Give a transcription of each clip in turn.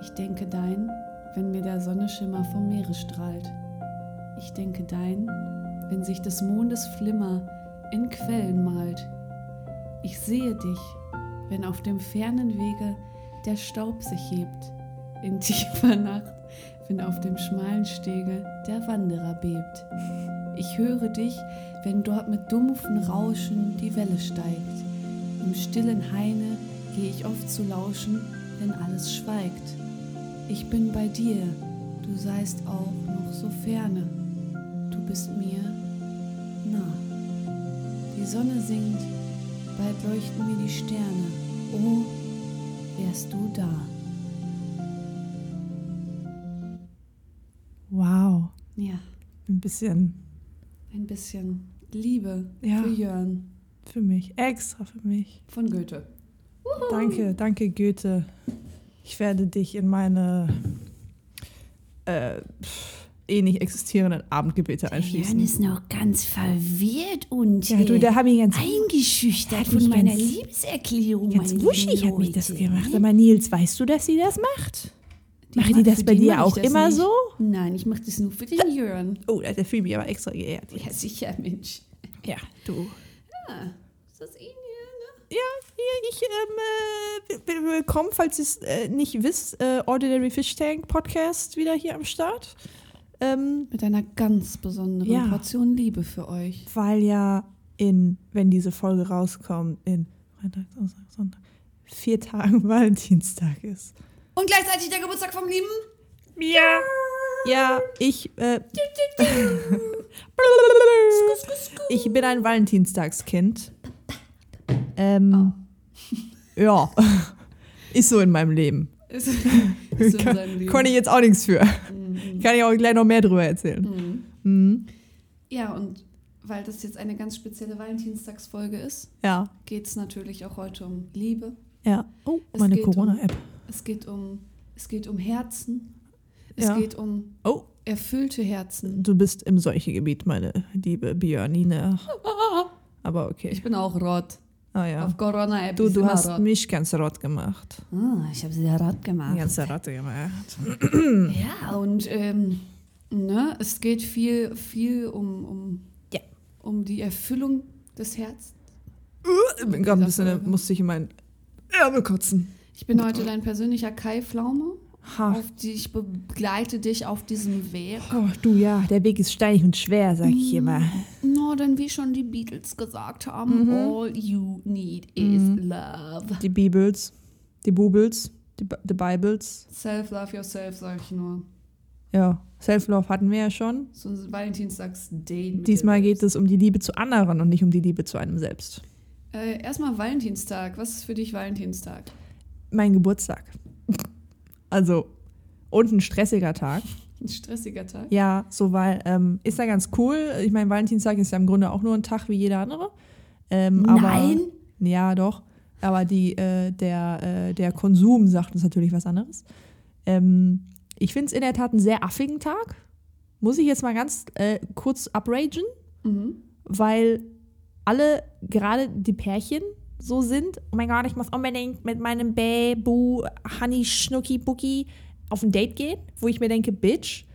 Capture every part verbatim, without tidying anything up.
Ich denke dein, wenn mir der Sonnenschimmer vom Meere strahlt. Ich denke dein, wenn sich des Mondes Flimmer in Quellen malt. Ich sehe dich, wenn auf dem fernen Wege der Staub sich hebt. In tiefer Nacht, wenn auf dem schmalen Stege der Wanderer bebt. Ich höre dich, wenn dort mit dumpfen Rauschen die Welle steigt. Im stillen Haine gehe ich oft zu lauschen, wenn alles schweigt. Ich bin bei dir, du seist auch noch so ferne. Du bist mir nah. Die Sonne singt, bald leuchten mir die Sterne. Oh, wärst du da. Wow. Ja. Ein bisschen. Ein bisschen Liebe ja. für Jörn. Für mich, extra für mich. Von Goethe. Uhu. Danke, danke Goethe. Ich werde dich in meine äh, eh nicht existierenden Abendgebete einschließen. Jörn ist noch ganz verwirrt und ja, du, da hab ich ganz eingeschüchtert von meiner ganz, Liebeserklärung. Ganz wuschig hat mich das gemacht. Aber Nils, weißt du, dass sie das macht? Die Macht die das bei dir auch immer nicht. so? Nein, ich mache das nur für den Jörn. Oh, da hat der Film mich aber extra geehrt. Ja, sicher, Mensch. Ja, du. Ja, ist das eh hier, ne? Ja, hier, ich, ähm, äh, willkommen, falls ihr es äh, nicht wisst, äh, Ordinary Fish Tank Podcast wieder hier am Start. Ähm, Mit einer ganz besonderen ja, Portion Liebe für euch. Weil ja in, wenn diese Folge rauskommt, in Freitag, Samstag, Sonntag, vier Tagen Valentinstag ist. Und gleichzeitig der Geburtstag vom Lieben? Ja. Ja, ich, äh, ich bin ein Valentinstagskind. Ähm, oh. Ja, ist so in meinem Leben. Ist, ist so in Kann, seinem Leben. Konnte ich jetzt auch nichts für. Mhm. Kann ich auch gleich noch mehr drüber erzählen. Mhm. Mhm. Ja, und weil das jetzt eine ganz spezielle Valentinstagsfolge ist, ja. geht es natürlich auch heute um Liebe. Ja. Oh, meine Corona-App. Um, es geht um, es geht um Herzen. Es ja. geht um oh. erfüllte Herzen. Du bist im Seuchegebiet, meine liebe Björnine. Aber okay. Ich bin auch rot. Ah, ja. Auf Corona-App. Du, du hast rot. mich ganz rot gemacht. Ah, ich habe sie ja rot gemacht. Ganz rot gemacht. Ja, und ähm, ne, es geht viel, viel um, um, ja. um die Erfüllung des Herzens. Ich bin gerade ein bisschen, musste ich in meinen Ärmel kotzen. Ich bin heute dein persönlicher Kai Pflaume. Ha. Auf die, ich begleite dich auf diesem Weg. Oh, du ja, der Weg ist steinig und schwer, sag ich immer. No, denn wie schon die Beatles gesagt haben, mhm. all you need is mhm. love. Die Bibels, die Bubels, die, die Bibles. Self-love yourself, sag ich nur. Ja, Self-love hatten wir ja schon. So ein Valentinstags-Date. Diesmal geht es um die Liebe zu anderen und nicht um die Liebe zu einem selbst. Äh, erstmal Valentinstag. Was ist für dich Valentinstag? Mein Geburtstag. Also, und ein stressiger Tag. Ein stressiger Tag? Ja, so, weil, ähm, ist ja ganz cool. Ich meine, Valentinstag ist ja im Grunde auch nur ein Tag wie jeder andere. Ähm, Nein? Aber, ja, doch. Aber die, äh, der, äh, der Konsum sagt uns natürlich was anderes. Ähm, ich finde es in der Tat einen sehr affigen Tag. Muss ich jetzt mal ganz äh, kurz upragen, mhm. weil alle, gerade die Pärchen, so sind, oh mein Gott, ich muss unbedingt mit meinem Bä, Bu, Honey, Schnucki, Bucki auf ein Date gehen, wo ich mir denke, Bitch,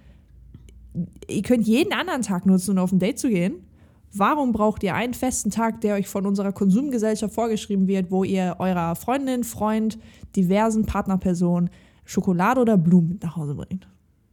ihr könnt jeden anderen Tag nutzen, um auf ein Date zu gehen. Warum braucht ihr einen festen Tag, der euch von unserer Konsumgesellschaft vorgeschrieben wird, wo ihr eurer Freundin, Freund, diversen Partnerpersonen Schokolade oder Blumen mit nach Hause bringt?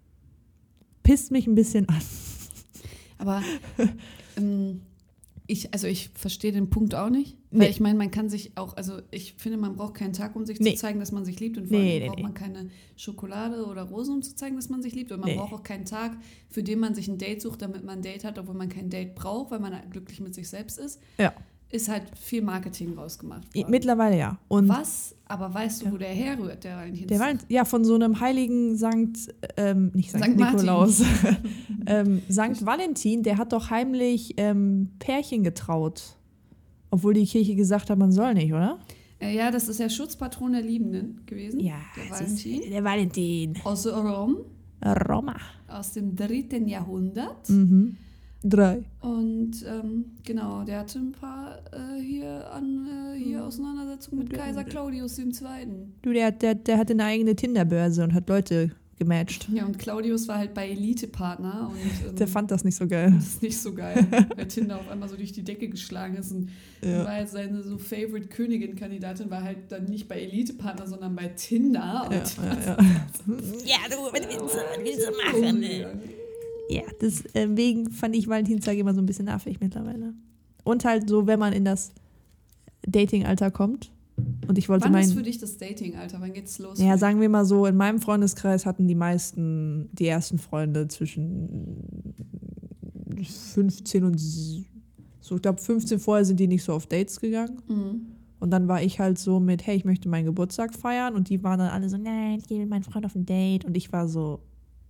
Pisst mich ein bisschen an. Aber ähm, ich, also ich verstehe den Punkt auch nicht. Weil nee. ich meine, man kann sich auch, also ich finde, man braucht keinen Tag, um sich nee. zu zeigen, dass man sich liebt. Und vor nee, allem nee, braucht nee. man keine Schokolade oder Rosen, um zu zeigen, dass man sich liebt. Und man nee. braucht auch keinen Tag, für den man sich ein Date sucht, damit man ein Date hat, obwohl man kein Date braucht, weil man glücklich mit sich selbst ist. Ja. Ist halt viel Marketing rausgemacht worden. Mittlerweile ja. Und was? Aber weißt du, ja. wo der herrührt, der Valentinstag? Der Valent- ja, von so einem heiligen Sankt, ähm, nicht Sankt, Sankt Nikolaus, ähm, Sankt Valentin, der hat doch heimlich ähm, Pärchen getraut. Obwohl die Kirche gesagt hat, man soll nicht, oder? Äh, ja, das ist ja Schutzpatron der Liebenden gewesen. Ja, der Valentin. Der Valentin. Aus Rom. Roma. Aus dem dritten Jahrhundert. Mhm. Drei. Und ähm, genau, der hatte ein paar äh, hier, an, äh, hier Auseinandersetzung mit Kaiser Claudius der Zweite. Du, der, der, der hatte eine eigene Tinder-Börse und hat Leute gematcht. Ja, und Claudius war halt bei Elite-Partner. Und, ähm, der fand das nicht so geil. Das ist nicht so geil, weil Tinder auf einmal so durch die Decke geschlagen ist. Und Ja. dann war halt seine so Favorite-Königin-Kandidatin war halt dann nicht bei Elite-Partner, sondern bei Tinder. Und Ja, ja, ja. ja, du, was willst du, was willst du machen? Ne? Ja, deswegen fand ich Valentinstag immer so ein bisschen nervig mittlerweile. Und halt so, wenn man in das Dating-Alter kommt. Und ich wollte Wann mein, ist für dich das Dating-Alter? Wann geht's los? ja, sagen wir mal so, in meinem Freundeskreis hatten die meisten, die ersten Freunde zwischen fünfzehn und so, ich glaube fünfzehn vorher sind die nicht so auf Dates gegangen. Mhm. Und dann war ich halt so mit, hey, ich möchte meinen Geburtstag feiern. Und die waren dann alle so, nein, ich gehe mit meinem Freund auf ein Date. Und ich war so,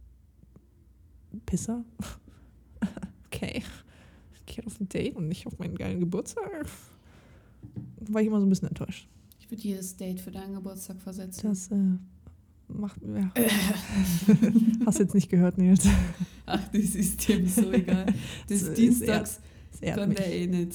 Pisser? Okay. Ich gehe auf ein Date und nicht auf meinen geilen Geburtstag. Da war ich immer so ein bisschen enttäuscht. Ich würde jedes Date für deinen Geburtstag versetzen. Das äh, macht, ja. Hast du jetzt nicht gehört, Nils? Ach, das ist dem so egal. Des Das Dienstags ehrt kann mich. der eh nicht.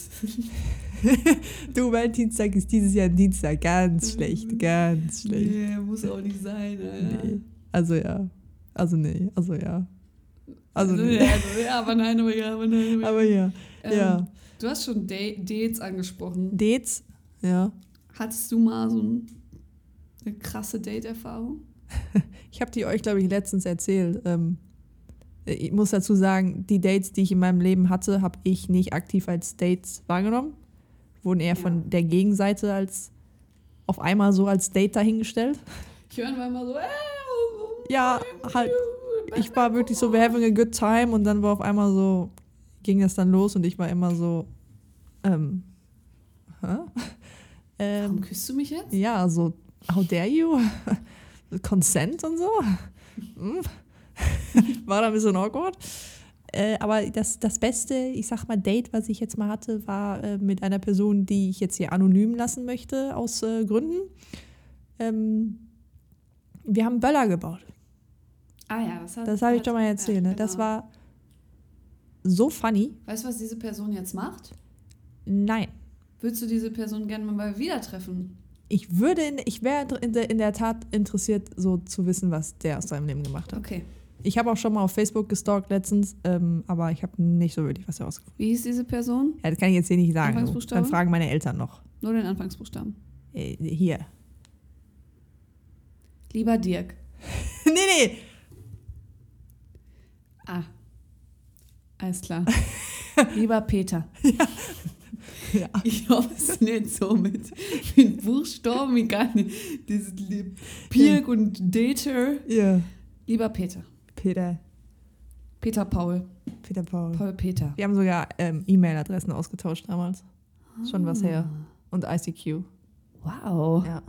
Du, Valentinstag ist dieses Jahr ein Dienstag. Ganz schlecht, ganz schlecht. Nee, muss auch nicht sein, Alter. Nee. Also ja. Also nee, also ja. Also Also, nee. ja, also, ja, aber nein, aber ja, aber nein, aber, Aber ja. Ähm, ja. Du hast schon Da- Dates angesprochen. Dates, ja. Hattest du mal so ein, eine krasse Date-Erfahrung? Ich habe die euch, glaube ich, letztens erzählt. Ähm, ich muss dazu sagen, die Dates, die ich in meinem Leben hatte, habe ich nicht aktiv als Dates wahrgenommen. Wurden eher Ja. von der Gegenseite als auf einmal so als Date dahingestellt. Ich höre einfach immer so, äh, Ja, halt. Ich war wirklich so, we're having a good time und dann war auf einmal so, ging das dann los und ich war immer so, ähm, hä? Warum Ähm, küsst du mich jetzt? ja, so, how dare you? Consent und so. Hm. War da ein bisschen awkward. Äh, aber das, das beste, ich sag mal, Date, was ich jetzt mal hatte, war äh, mit einer Person, die ich jetzt hier anonym lassen möchte, aus äh, Gründen. Ähm, wir haben Böller gebaut. Ah ja, das hat Das habe ich hat- schon mal erzählt. ja, Ne? Das genau. war so funny. Weißt du, was diese Person jetzt macht? Nein. Würdest du diese Person gerne mal wieder treffen? Ich würde, in, ich wäre in der, in der Tat interessiert, so zu wissen, was der aus seinem Leben gemacht hat. Okay. Ich habe auch schon mal auf Facebook gestalkt letztens, ähm, aber ich habe nicht so wirklich was herausgefunden. Wie hieß diese Person? Ja, das kann ich jetzt hier nicht sagen. Anfangsbuchstabe? Dann fragen meine Eltern noch. Nur den Anfangsbuchstaben. Äh, hier. Lieber Dirk. nee, nee. Ah. Alles klar. Lieber Peter. Ja. Ich hoffe es nicht so mit, mit Buchstaben, egal. Dieses Li- Pirk und Dater. Ja. Lieber Peter. Peter. Peter Paul. Peter Paul. Paul Peter. Wir haben sogar ähm, E-Mail-Adressen ausgetauscht damals. Schon was her. Und I C Q. Wow. Ja.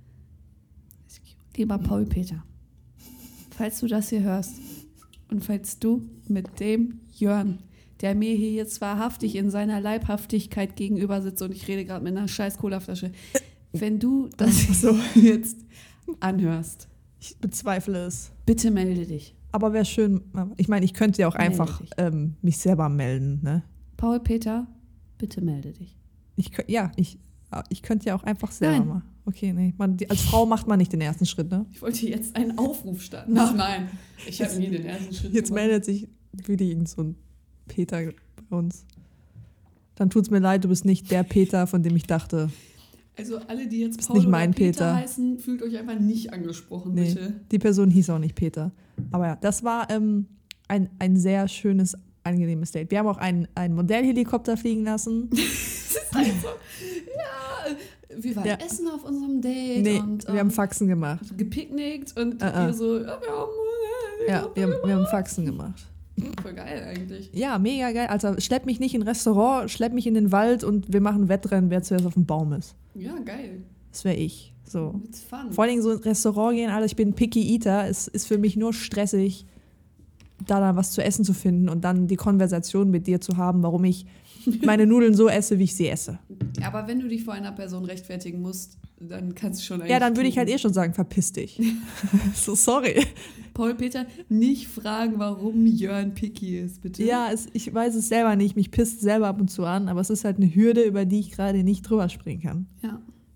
Lieber Paul Peter. Falls du das hier hörst und falls du mit dem Jörn, der mir hier jetzt wahrhaftig in seiner Leibhaftigkeit gegenüber sitzt und ich rede gerade mit einer scheiß Colaflasche, wenn du das so. jetzt anhörst, Ich bezweifle es. bitte melde dich. Aber wäre schön, ich meine, ich könnte ja auch Melde einfach dich. ähm, mich selber melden, ne? Paul Peter, bitte melde dich. Ich, kö- ja, ich, ich könnte ja auch einfach selber Nein. mal. Okay, nee. Man, die, als Frau macht man nicht den ersten Schritt, ne? Ich wollte jetzt einen Aufruf starten. Ach nein, ich habe nie den ersten Schritt Jetzt gemacht. meldet sich wieder irgend so ein Peter bei uns. Dann tut's mir leid, du bist nicht der Peter, von dem ich dachte. Also alle, die jetzt Bist Paul nicht oder mein Peter, Peter. heißen, fühlt euch einfach nicht angesprochen, Nee, bitte. die Person hieß auch nicht Peter. Aber ja, das war ähm, ein, ein sehr schönes, angenehmes Date. Wir haben auch einen, einen Modellhelikopter fliegen lassen. Das ist halt so, ja, wir waren Ja. essen auf unserem Date Nee, und wir ähm, haben Faxen gemacht. gepicknickt und Uh-uh. wir so, ja, wir haben Ja, wir haben, wir haben Faxen gemacht. voll geil eigentlich. Ja, mega geil. Also schlepp mich nicht in ein Restaurant, schlepp mich in den Wald und wir machen Wettrennen, wer zuerst auf dem Baum ist. Ja, geil. Das wäre ich. So. It's fun. Vor allen Dingen so ein Restaurant gehen, Alter, ich bin Picky Eater. Es ist für mich nur stressig, da dann was zu essen zu finden und dann die Konversation mit dir zu haben, warum ich meine Nudeln so esse, wie ich sie esse. Aber wenn du dich vor einer Person rechtfertigen musst, dann kannst du schon eigentlich Ja, dann würde ich tun. halt eh schon sagen, verpiss dich. So, sorry. Paul Peter, nicht fragen, warum Jörn picky ist, bitte. Ja, es, ich weiß es selber nicht. Mich pisst selber ab und zu an, aber es ist halt eine Hürde, über die ich gerade nicht drüber springen kann. Ja.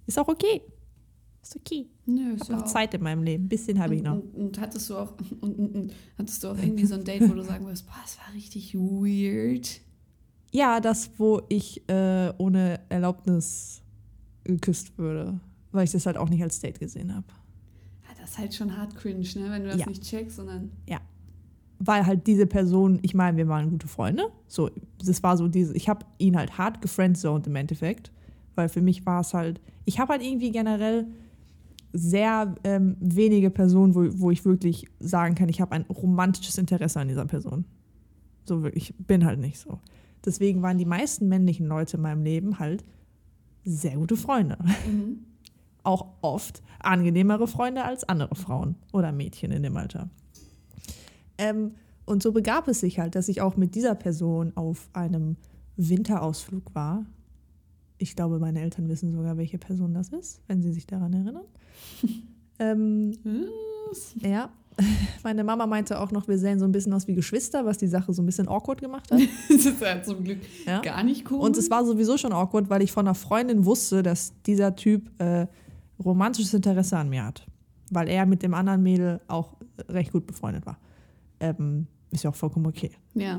Ist auch okay. Ist okay. Nö, Ich ist habe ja noch auch- Zeit in meinem Leben. Ein bisschen habe ich Und, noch. und, und hattest du auch und, und, und, hattest du auch irgendwie so ein Date, wo du sagen würdest, boah, das war richtig weird. Ja, das, wo ich äh, ohne Erlaubnis geküsst würde. Weil ich das halt auch nicht als Date gesehen habe. Ja, das ist halt schon hart cringe, ne? Wenn du das Ja. nicht checkst, sondern. Weil halt diese Person, ich meine, wir waren gute Freunde. So, das war so diese, ich habe ihn halt hart gefriendzoned im Endeffekt. Weil für mich war es halt, ich habe halt irgendwie generell sehr ähm, wenige Personen, wo, wo ich wirklich sagen kann, ich habe ein romantisches Interesse an dieser Person. So wirklich, ich bin halt nicht so. Deswegen waren die meisten männlichen Leute in meinem Leben halt sehr gute Freunde. Mhm. Auch oft angenehmere Freunde als andere Frauen oder Mädchen in dem Alter. Ähm, und so begab es sich halt, dass ich auch mit dieser Person auf einem Winterausflug war. Ich glaube, meine Eltern wissen sogar, welche Person das ist, wenn sie sich daran erinnern. ähm, ja, meine Mama meinte auch noch, wir sehen so ein bisschen aus wie Geschwister, was die Sache so ein bisschen awkward gemacht hat. Das ist ja zum Glück Ja. gar nicht cool. Und es war sowieso schon awkward, weil ich von einer Freundin wusste, dass dieser Typ äh, romantisches Interesse an mir hat. Weil er mit dem anderen Mädel auch recht gut befreundet war. Ähm, ist ja auch vollkommen okay. Ja.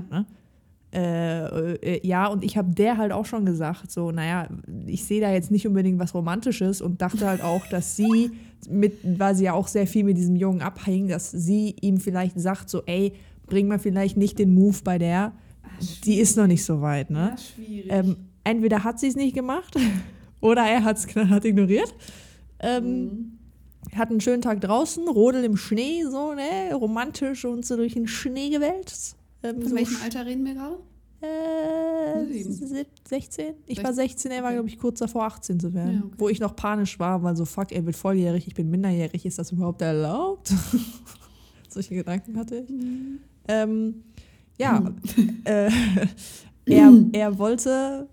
Äh, äh, ja, und ich habe der halt auch schon gesagt, so, naja, ich sehe da jetzt nicht unbedingt was Romantisches und dachte halt auch, dass sie, mit, weil sie ja auch sehr viel mit diesem Jungen abhing, dass sie ihm vielleicht sagt, so, ey, bring mal vielleicht nicht den Move bei der, Ach, die ist noch nicht so weit, ne? Ja, schwierig. Ähm, entweder hat sie es nicht gemacht oder er hat es knallhart ignoriert. Ähm, Mhm. Hat einen schönen Tag draußen, Rodel im Schnee, so, ne, romantisch und so durch den Schnee gewälzt. Ähm, Von so welchem Alter reden wir gerade? Äh, Sieben. sieb- sechzehn? Ich war sechzehn, er war, Okay. glaube ich, kurz davor, achtzehn zu werden. Ja, okay. Wo ich noch panisch war, weil so, fuck, er wird volljährig, ich bin minderjährig, ist das überhaupt erlaubt? Solche Gedanken hatte ich. Mhm. Ähm, ja, äh, er, er wollte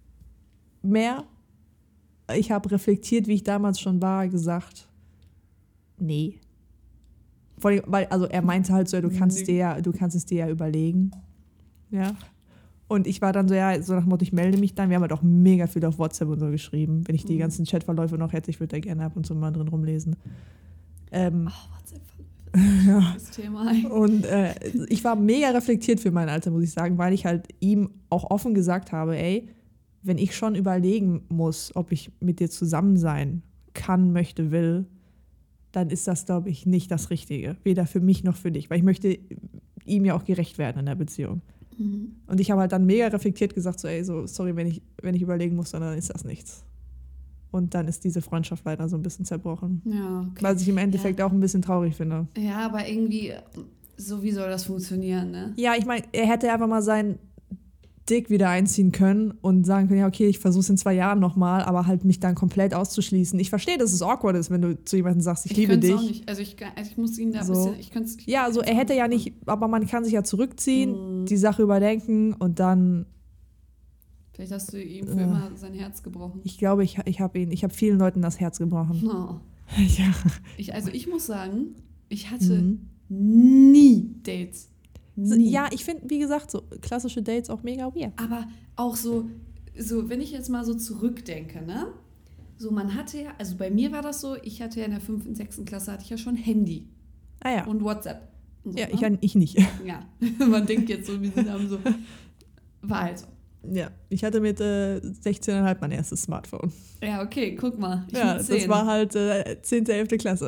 mehr. Ich habe reflektiert, wie ich damals schon war, gesagt, nee. Vor allem, weil, also er meinte halt so, ja, du kannst Nee. dir ja, du kannst es dir ja überlegen. Ja. Und ich war dann so, ja, so nach dem Motto, ich melde mich dann. Wir haben halt auch mega viel auf WhatsApp und so geschrieben. Wenn ich die Mhm. ganzen Chatverläufe noch hätte, ich würde da gerne ab und zu mal drin rumlesen. Ähm, Oh, WhatsApp ja. das Thema. ey. Und äh, ich war mega reflektiert für mein Alter, muss ich sagen, weil ich halt ihm auch offen gesagt habe, ey, wenn ich schon überlegen muss, ob ich mit dir zusammen sein kann, möchte, will, dann ist das, glaube ich, nicht das Richtige. Weder für mich noch für dich. Weil ich möchte ihm ja auch gerecht werden in der Beziehung. Mhm. Und ich habe halt dann mega reflektiert gesagt, so, ey, so, sorry, wenn ich, wenn ich überlegen muss, dann ist das nichts. Und dann ist diese Freundschaft leider so ein bisschen zerbrochen. Ja, okay. Was ich im Endeffekt auch ein bisschen traurig finde. Ja, aber irgendwie, so wie soll das funktionieren, ne? Ja, ich meine, er hätte einfach mal seinen Dick wieder einziehen können und sagen können, ja, okay, ich versuche es in zwei Jahren nochmal, aber halt mich dann komplett auszuschließen. Ich verstehe, dass es awkward ist, wenn du zu jemandem sagst, ich, Ich liebe könnte dich. es auch nicht. Also ich, also ich muss ihn da ein So. bisschen, ich könnte es. Ja, also er hätte ja nicht, aber man kann sich ja zurückziehen, Mhm. die Sache überdenken und dann, Vielleicht hast du ihm für Ja. immer sein Herz gebrochen. ich glaube, ich, ich habe ihn, ich habe vielen Leuten das Herz gebrochen. Oh. Ja. Ich, also ich muss sagen, ich hatte Mhm. nie Dates. So, Nie. ja, ich finde, wie gesagt, so klassische Dates auch mega weird. Aber auch so, so, wenn ich jetzt mal so zurückdenke, ne? So, man hatte ja, also bei mir war das so, ich hatte ja in der fünften, sechsten Klasse hatte ich ja schon Handy Ah ja. und WhatsApp. Und so, Ja, ne? ich, ich nicht. Ja, man denkt jetzt so, wir sind haben so, war halt so. Ja, ich hatte mit äh, sechzehn Komma fünf mein erstes Smartphone. Ja, okay, guck mal. Ich Ja, mit das zehn. war halt äh, zehnte, elfte Klasse.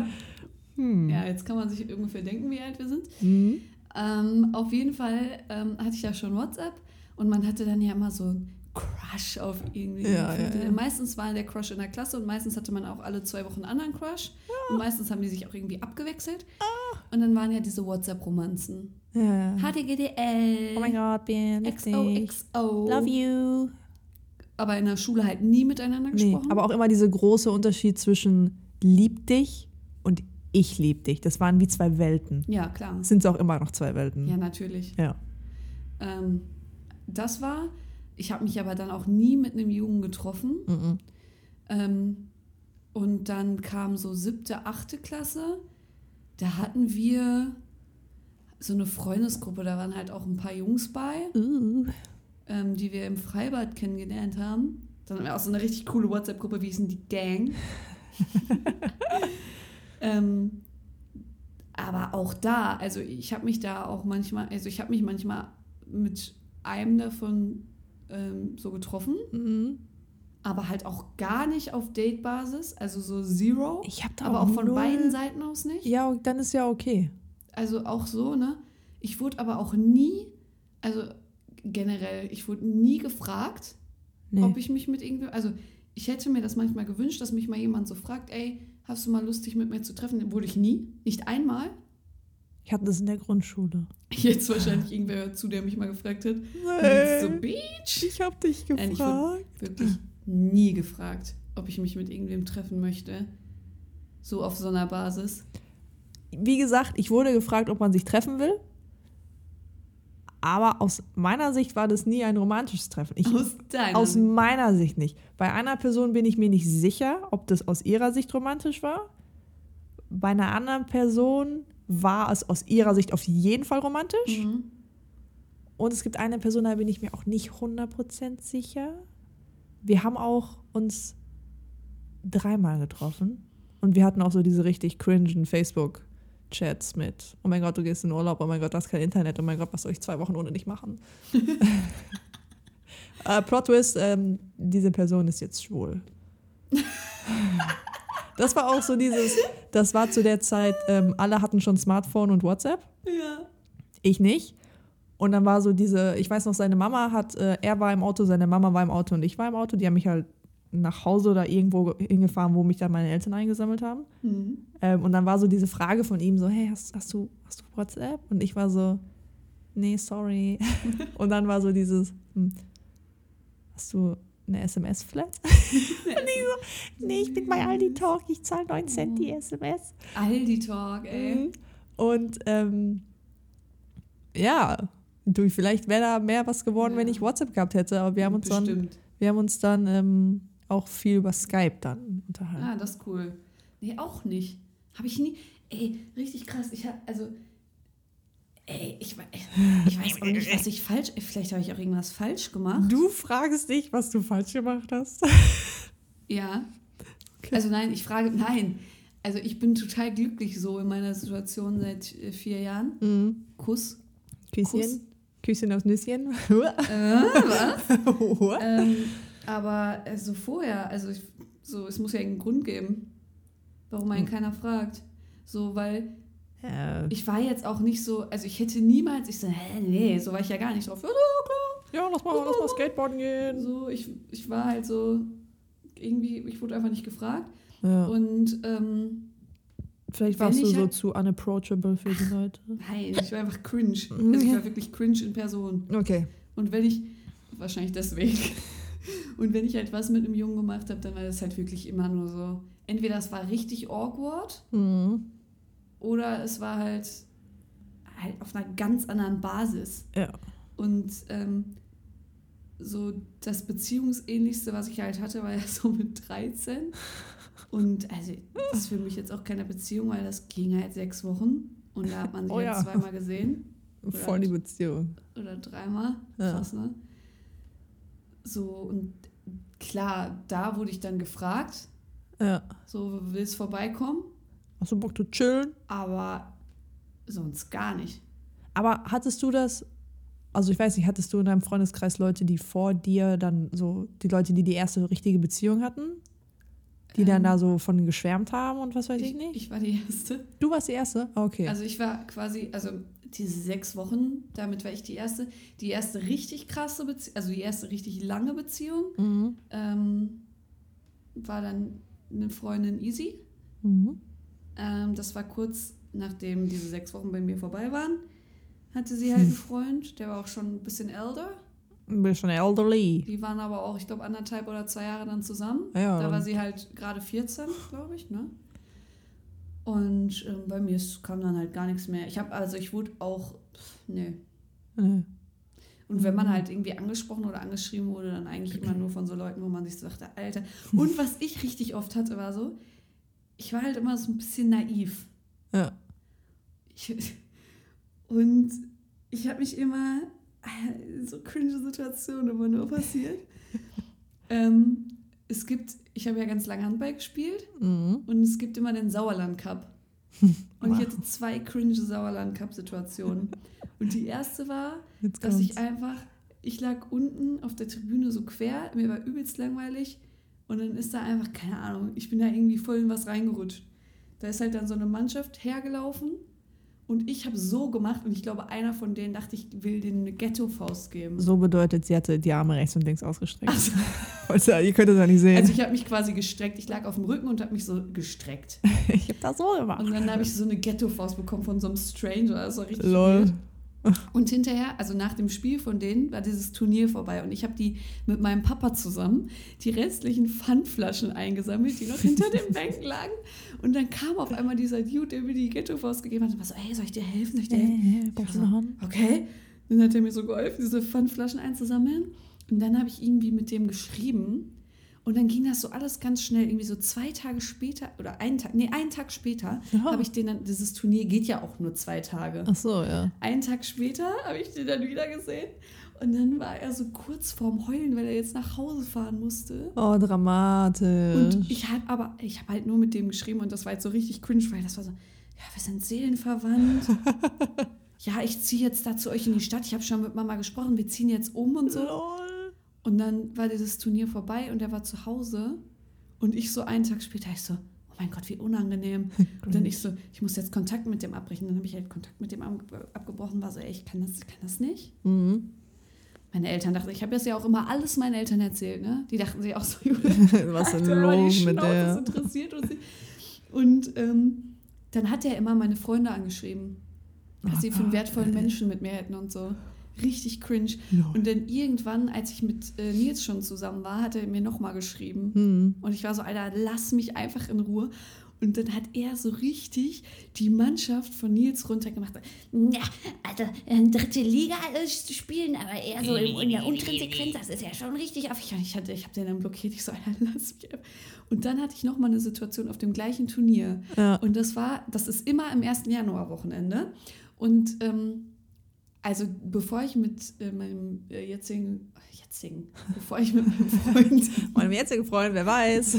hm. Ja, jetzt kann man sich ungefähr denken, wie alt wir sind. Mhm. Ähm, auf jeden Fall ähm, hatte ich ja schon WhatsApp und man hatte dann ja immer so einen Crush auf irgendwie. Ja, ja, ja. Meistens war der Crush in der Klasse und meistens hatte man auch alle zwei Wochen einen anderen Crush. Und meistens haben die sich auch irgendwie abgewechselt. Und dann waren ja diese WhatsApp-Romanzen. Ja. H T G D L, Oh mein Gott, bin X O X O. Love you. Aber in der Schule halt nie miteinander Nee, gesprochen. aber auch immer dieser große Unterschied zwischen lieb dich und ich lieb dich. Das waren wie zwei Welten. ja, klar. Sind es auch immer noch zwei Welten. Ja, natürlich. Ja. Ähm, das war, ich habe mich aber dann auch nie mit einem Jungen getroffen. Mhm. Ähm, und dann kam so siebte, achte Klasse. Da hatten wir so eine Freundesgruppe, da waren halt auch ein paar Jungs bei, Uh. ähm, die wir im Freibad kennengelernt haben. Dann haben wir auch so eine richtig coole WhatsApp-Gruppe, wie hieß denn die Gang? ähm, aber auch da, also ich habe mich da auch manchmal, also ich habe mich manchmal mit einem davon ähm, so getroffen, Mhm. aber halt auch gar nicht auf Date-Basis, also so Zero, Ich habe da aber auch von null- beiden Seiten aus nicht. Ja, dann ist ja okay. Also auch so, ne? Ich wurde aber auch nie, also generell, ich wurde nie gefragt, Nee. ob ich mich mit irgendwie, also ich hätte mir das manchmal gewünscht, dass mich mal jemand so fragt, ey, hast du mal Lust, dich mit mir zu treffen? Wurde ich nie, nicht einmal. Ich hatte das in der Grundschule. Jetzt wahrscheinlich irgendwer zu, der mich mal gefragt hat. Und Nee. jetzt so, Beach. Ich habe dich Nein, ich wurde gefragt. wirklich nie gefragt, ob ich mich mit irgendwem treffen möchte. So auf so einer Basis. Wie gesagt, ich wurde gefragt, ob man sich treffen will. Aber aus meiner Sicht war das nie ein romantisches Treffen. Ich, Aus deiner aus Sicht. meiner Sicht nicht. Bei einer Person bin ich mir nicht sicher, ob das aus ihrer Sicht romantisch war. Bei einer anderen Person war es aus ihrer Sicht auf jeden Fall romantisch. Mhm. Und es gibt eine Person, da bin ich mir auch nicht hundert Prozent sicher. Wir haben auch uns dreimal getroffen. Und wir hatten auch so diese richtig cringen Facebook-Chats mit, oh mein Gott, du gehst in Urlaub, oh mein Gott, du hast kein Internet, oh mein Gott, was soll ich zwei Wochen ohne dich machen? äh, Plot Twist, ähm, diese Person ist jetzt schwul. Das war auch so dieses, das war zu der Zeit, ähm, alle hatten schon Smartphone und WhatsApp. Ja. Ich nicht. Und dann war so diese, ich weiß noch, seine Mama hat, äh, er war im Auto, seine Mama war im Auto und ich war im Auto. Die haben mich halt nach Hause oder irgendwo hingefahren, wo mich dann meine Eltern eingesammelt haben. Mhm. Ähm, und dann war so diese Frage von ihm so, hey, hast, hast, du, hast du WhatsApp? Und ich war so, nee, sorry. Und dann war so dieses, hm, hast du eine S M S-Flat? Und ich so, nee, ich bin bei Aldi Talk, ich zahle neun Cent die S M S. Aldi Talk, ey. Und ähm, ja, du, vielleicht wäre da mehr was geworden, Ja. wenn ich WhatsApp gehabt hätte, aber wir haben uns dann, Bestimmt. wir haben uns dann ähm, auch viel über Skype dann unterhalten. Ah, das ist cool. Nee, auch nicht. Habe ich nie. Ey, richtig krass. Ich habe, also, ey, ich, we- ich weiß auch nicht, was ich falsch. Vielleicht habe ich auch irgendwas falsch gemacht. Du fragst dich, was du falsch gemacht hast. Ja. Okay. Also nein, ich frage, nein. Also ich bin total glücklich so in meiner Situation seit äh, vier Jahren. Mhm. Kuss. Küsschen. Kuss. Küsschen aufs Nüsschen. Äh, was? ähm, aber äh, so vorher, also ich, so, es muss ja einen Grund geben, warum einen Hm. keiner fragt. So, weil Ja, ich war jetzt auch nicht so, also ich hätte niemals, ich so, hä, nee, so war ich ja gar nicht drauf. Ja, klar. ja lass, mal, lass mal Skateboarden gehen. So, ich, ich war halt so, irgendwie, ich wurde einfach nicht gefragt. Ja. Und ähm, Vielleicht wenn warst du ich so halt- zu unapproachable für die Leute. nein, ich war einfach cringe. Also ich war wirklich cringe in Person. Okay. Und wenn ich, wahrscheinlich deswegen, und wenn ich halt was mit einem Jungen gemacht habe, dann war das halt wirklich immer nur so, entweder es war richtig awkward Mhm. oder es war halt, halt auf einer ganz anderen Basis. Ja. Und ähm, so das Beziehungsähnlichste, was ich halt hatte, war ja so mit dreizehn. Und also das ist für mich jetzt auch keine Beziehung, weil das ging halt sechs Wochen und da hat man sich Oh halt ja. zweimal gesehen. Voll die Beziehung. Oder dreimal. Ja. Krass, ne? So, und klar, da wurde ich dann gefragt, Ja. so, willst du vorbeikommen? Hast du Bock zu chillen? Aber sonst gar nicht. Aber hattest du das, also ich weiß nicht, hattest du in deinem Freundeskreis Leute, die vor dir dann so, die Leute, die die erste richtige Beziehung hatten? Die dann Ähm, da so von geschwärmt haben und was weiß ich, Ich, nicht? ich war die Erste. Du warst die Erste? Ah, okay. Also ich war quasi, also diese sechs Wochen, damit war ich die Erste. Die erste richtig krasse Beziehung, also die erste richtig lange Beziehung, mhm. ähm, war dann eine Freundin Easy. Mhm. Ähm, das war kurz nachdem diese sechs Wochen bei mir vorbei waren. Hatte sie halt einen Freund, der war auch schon ein bisschen älter. Ein bisschen elderly. Die waren aber auch, ich glaube, anderthalb oder zwei Jahre dann zusammen. Ja. Da war sie halt gerade vierzehn, glaube ich, ne? Und ähm, bei mir ist- kam dann halt gar nichts mehr. Ich habe, also ich wurde auch, pff, nee. Nee. Und wenn man Mhm. halt irgendwie angesprochen oder angeschrieben wurde, dann eigentlich immer nur von so Leuten, wo man sich so dachte, Alter. Und was ich richtig oft hatte, war so, ich war halt immer so ein bisschen naiv. Ja. Ich, und ich habe mich immer, so cringe Situationen immer nur passiert. Ähm, es gibt, ich habe ja ganz lange Handball gespielt Mhm. und es gibt immer den Sauerland Cup. Und ich hatte zwei cringe Sauerland Cup Situationen. Und die erste war, Jetzt dass ich kommt's. einfach, ich lag unten auf der Tribüne so quer, mir war übelst langweilig und dann ist da einfach, keine Ahnung, ich bin da irgendwie voll in was reingerutscht. Da ist halt dann so eine Mannschaft hergelaufen und ich habe so gemacht und ich glaube, einer von denen dachte, ich will denen eine Ghetto-Faust geben. So bedeutet, sie hatte die Arme rechts und links ausgestreckt. Also, Also, ihr könnt es ja nicht sehen. also ich habe mich quasi gestreckt, ich lag auf dem Rücken und habe mich so gestreckt. ich habe das so gemacht. Und dann habe ich so eine Ghetto-Faust bekommen von so einem Stranger, das war richtig Lol. weird. Und hinterher, also nach dem Spiel von denen, war dieses Turnier vorbei und ich habe die mit meinem Papa zusammen die restlichen Pfandflaschen eingesammelt, die noch hinter den Bänken lagen. Und dann kam auf einmal dieser Dude, der mir die Ghetto-Faust gegeben hat und war so, ey, soll ich dir helfen? Soll ich dir helfen? Äh, brauchst du eine Hand? Okay. Dann hat er mir so geholfen, diese Pfandflaschen einzusammeln. Und dann habe ich irgendwie mit dem geschrieben. Und dann ging das so alles ganz schnell, irgendwie so zwei Tage später, oder einen Tag, nee, einen Tag später, Ja. habe ich den dann, dieses Turnier geht ja auch nur zwei Tage. Ach so, ja. Einen Tag später habe ich den dann wieder gesehen. Und dann war er so kurz vorm Heulen, weil er jetzt nach Hause fahren musste. Oh, dramatisch. Und ich habe aber, ich habe halt nur mit dem geschrieben und das war jetzt so richtig cringe, weil das war so, ja, wir sind seelenverwandt. Ja, ich ziehe jetzt da zu euch in die Stadt. Ich habe schon mit Mama gesprochen, wir ziehen jetzt um und so. Lol. Und dann war dieses Turnier vorbei und er war zu Hause. Und ich so einen Tag später, ich so, oh mein Gott, wie unangenehm. Und dann ich so, ich muss jetzt Kontakt mit dem abbrechen. Dann habe ich halt Kontakt mit dem ab- abgebrochen, war so, ey, ich kann das, kann das nicht. Mhm. Meine Eltern dachten, ich habe das ja auch immer alles meinen Eltern erzählt, ne? Die dachten sich auch so, Jule, Was ist halt denn mal die los mit Schnauze, das der? interessiert uns nicht. Und ähm, dann hat er immer meine Freunde angeschrieben, was Oh sie für einen Gott, wertvollen ey. Menschen mit mir hätten und so. Richtig cringe. Lol. Und dann irgendwann, als ich mit äh, Nils schon zusammen war, hat er mir nochmal geschrieben. Hm. Und ich war so, Alter, lass mich einfach in Ruhe. Und dann hat er so richtig die Mannschaft von Nils runtergemacht. Ja, also in dritte Liga äh, spielen, aber eher so in, in der unteren Sequenz, das ist ja schon richtig auf. Ich, ich, hatte- ich habe den dann blockiert, ich so, Alter, lass mich einfach. Und dann hatte ich nochmal eine Situation auf dem gleichen Turnier. Ja. Und das war, das ist immer im ersten Januarwochenende. Und ähm, also bevor ich mit äh, meinem äh, jetzigen, jetzigen, bevor ich mit meinem Freund Meinem jetzigen Freund, wer weiß.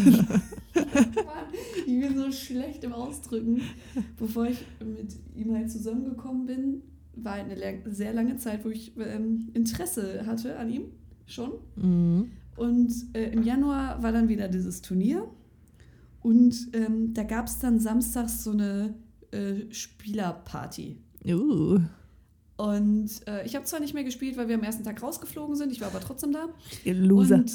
Mann, ich bin so schlecht im Ausdrücken. Bevor ich mit ihm halt zusammengekommen bin, war halt eine lang- sehr lange Zeit, wo ich ähm, Interesse hatte an ihm schon. Mhm. Und äh, im Januar war dann wieder dieses Turnier. Und ähm, da gab es dann samstags so eine äh, Spielerparty. Uh. Und äh, ich habe zwar nicht mehr gespielt, weil wir am ersten Tag rausgeflogen sind, ich war aber trotzdem da. Ihr Loser. Und,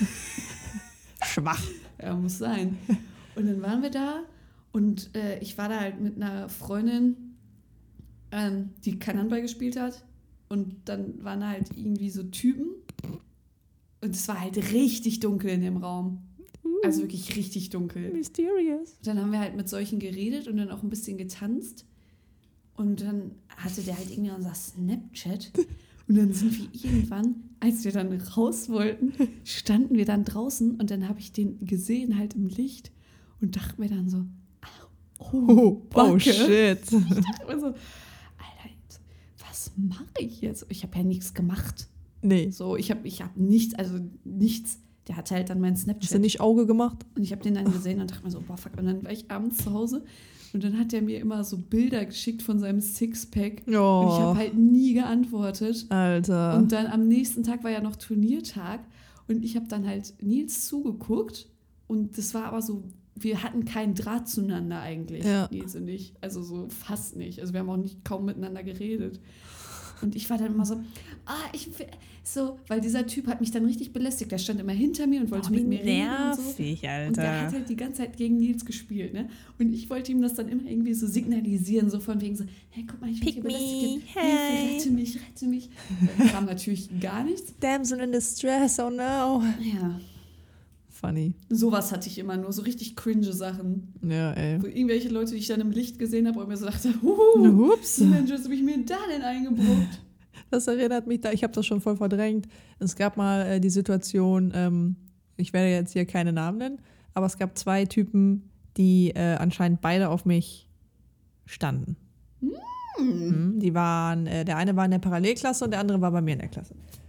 äh, Schwach. Ja, muss sein. Und dann waren wir da und äh, ich war da halt mit einer Freundin, ähm, die kein Handball gespielt hat. Und dann waren da halt irgendwie so Typen. Und es war halt richtig dunkel in dem Raum. Also wirklich richtig dunkel. Mysterious. Dann haben wir halt mit solchen geredet und dann auch ein bisschen getanzt. Und dann hatte der halt irgendwie unser Snapchat. Und dann sind wir irgendwann, als wir dann raus wollten, standen wir dann draußen und dann habe ich den gesehen halt im Licht und dachte mir dann so, oh, Oh, Backe. oh shit. Ich dachte mir so, Alter, was mache ich jetzt? Ich habe ja nichts gemacht. Nee. So, ich habe ich hab nichts, also nichts. Der hatte halt dann mein Hast du Snapchat. nicht Auge gemacht? Und ich habe den dann gesehen und dachte mir so, boah, fuck. Und dann war ich abends zu Hause und dann hat er mir immer so Bilder geschickt von seinem Sixpack. Oh. Und ich habe halt nie geantwortet. Alter. Und dann am nächsten Tag war ja noch Turniertag und ich habe dann halt Nils zugeguckt und das war aber so, wir hatten keinen Draht zueinander eigentlich, Ja. Nils und ich. Also so fast nicht. Also wir haben auch nicht kaum miteinander geredet. Und ich war dann immer so, ah, ich will, so, weil dieser Typ hat mich dann richtig belästigt. Der stand immer hinter mir und wollte Oh, wie mit mir reden und so. nervig, Alter. Und der hat halt die ganze Zeit gegen Nils gespielt, ne? Und ich wollte ihm das dann immer irgendwie so signalisieren, so von wegen so, hey, guck mal, ich bin Pick hier me, belästigt. hey. Hilfe, rette mich, rette mich. Da kam natürlich gar nichts. Damsel in distress, oh no. Ja, Funny. sowas hatte ich immer nur, so richtig cringe Sachen. Ja, ey. Wo irgendwelche Leute, die ich dann im Licht gesehen habe und mir so dachte, huhu, Ups. Mensch, was habe ich mir da denn eingebrockt? Das erinnert mich da, ich habe das schon voll verdrängt. Es gab mal äh, die Situation, ähm, ich werde jetzt hier keine Namen nennen, aber es gab zwei Typen, die äh, anscheinend beide auf mich standen. Mhm, die waren, äh, der eine war in der Parallelklasse und der andere war bei mir in der Klasse.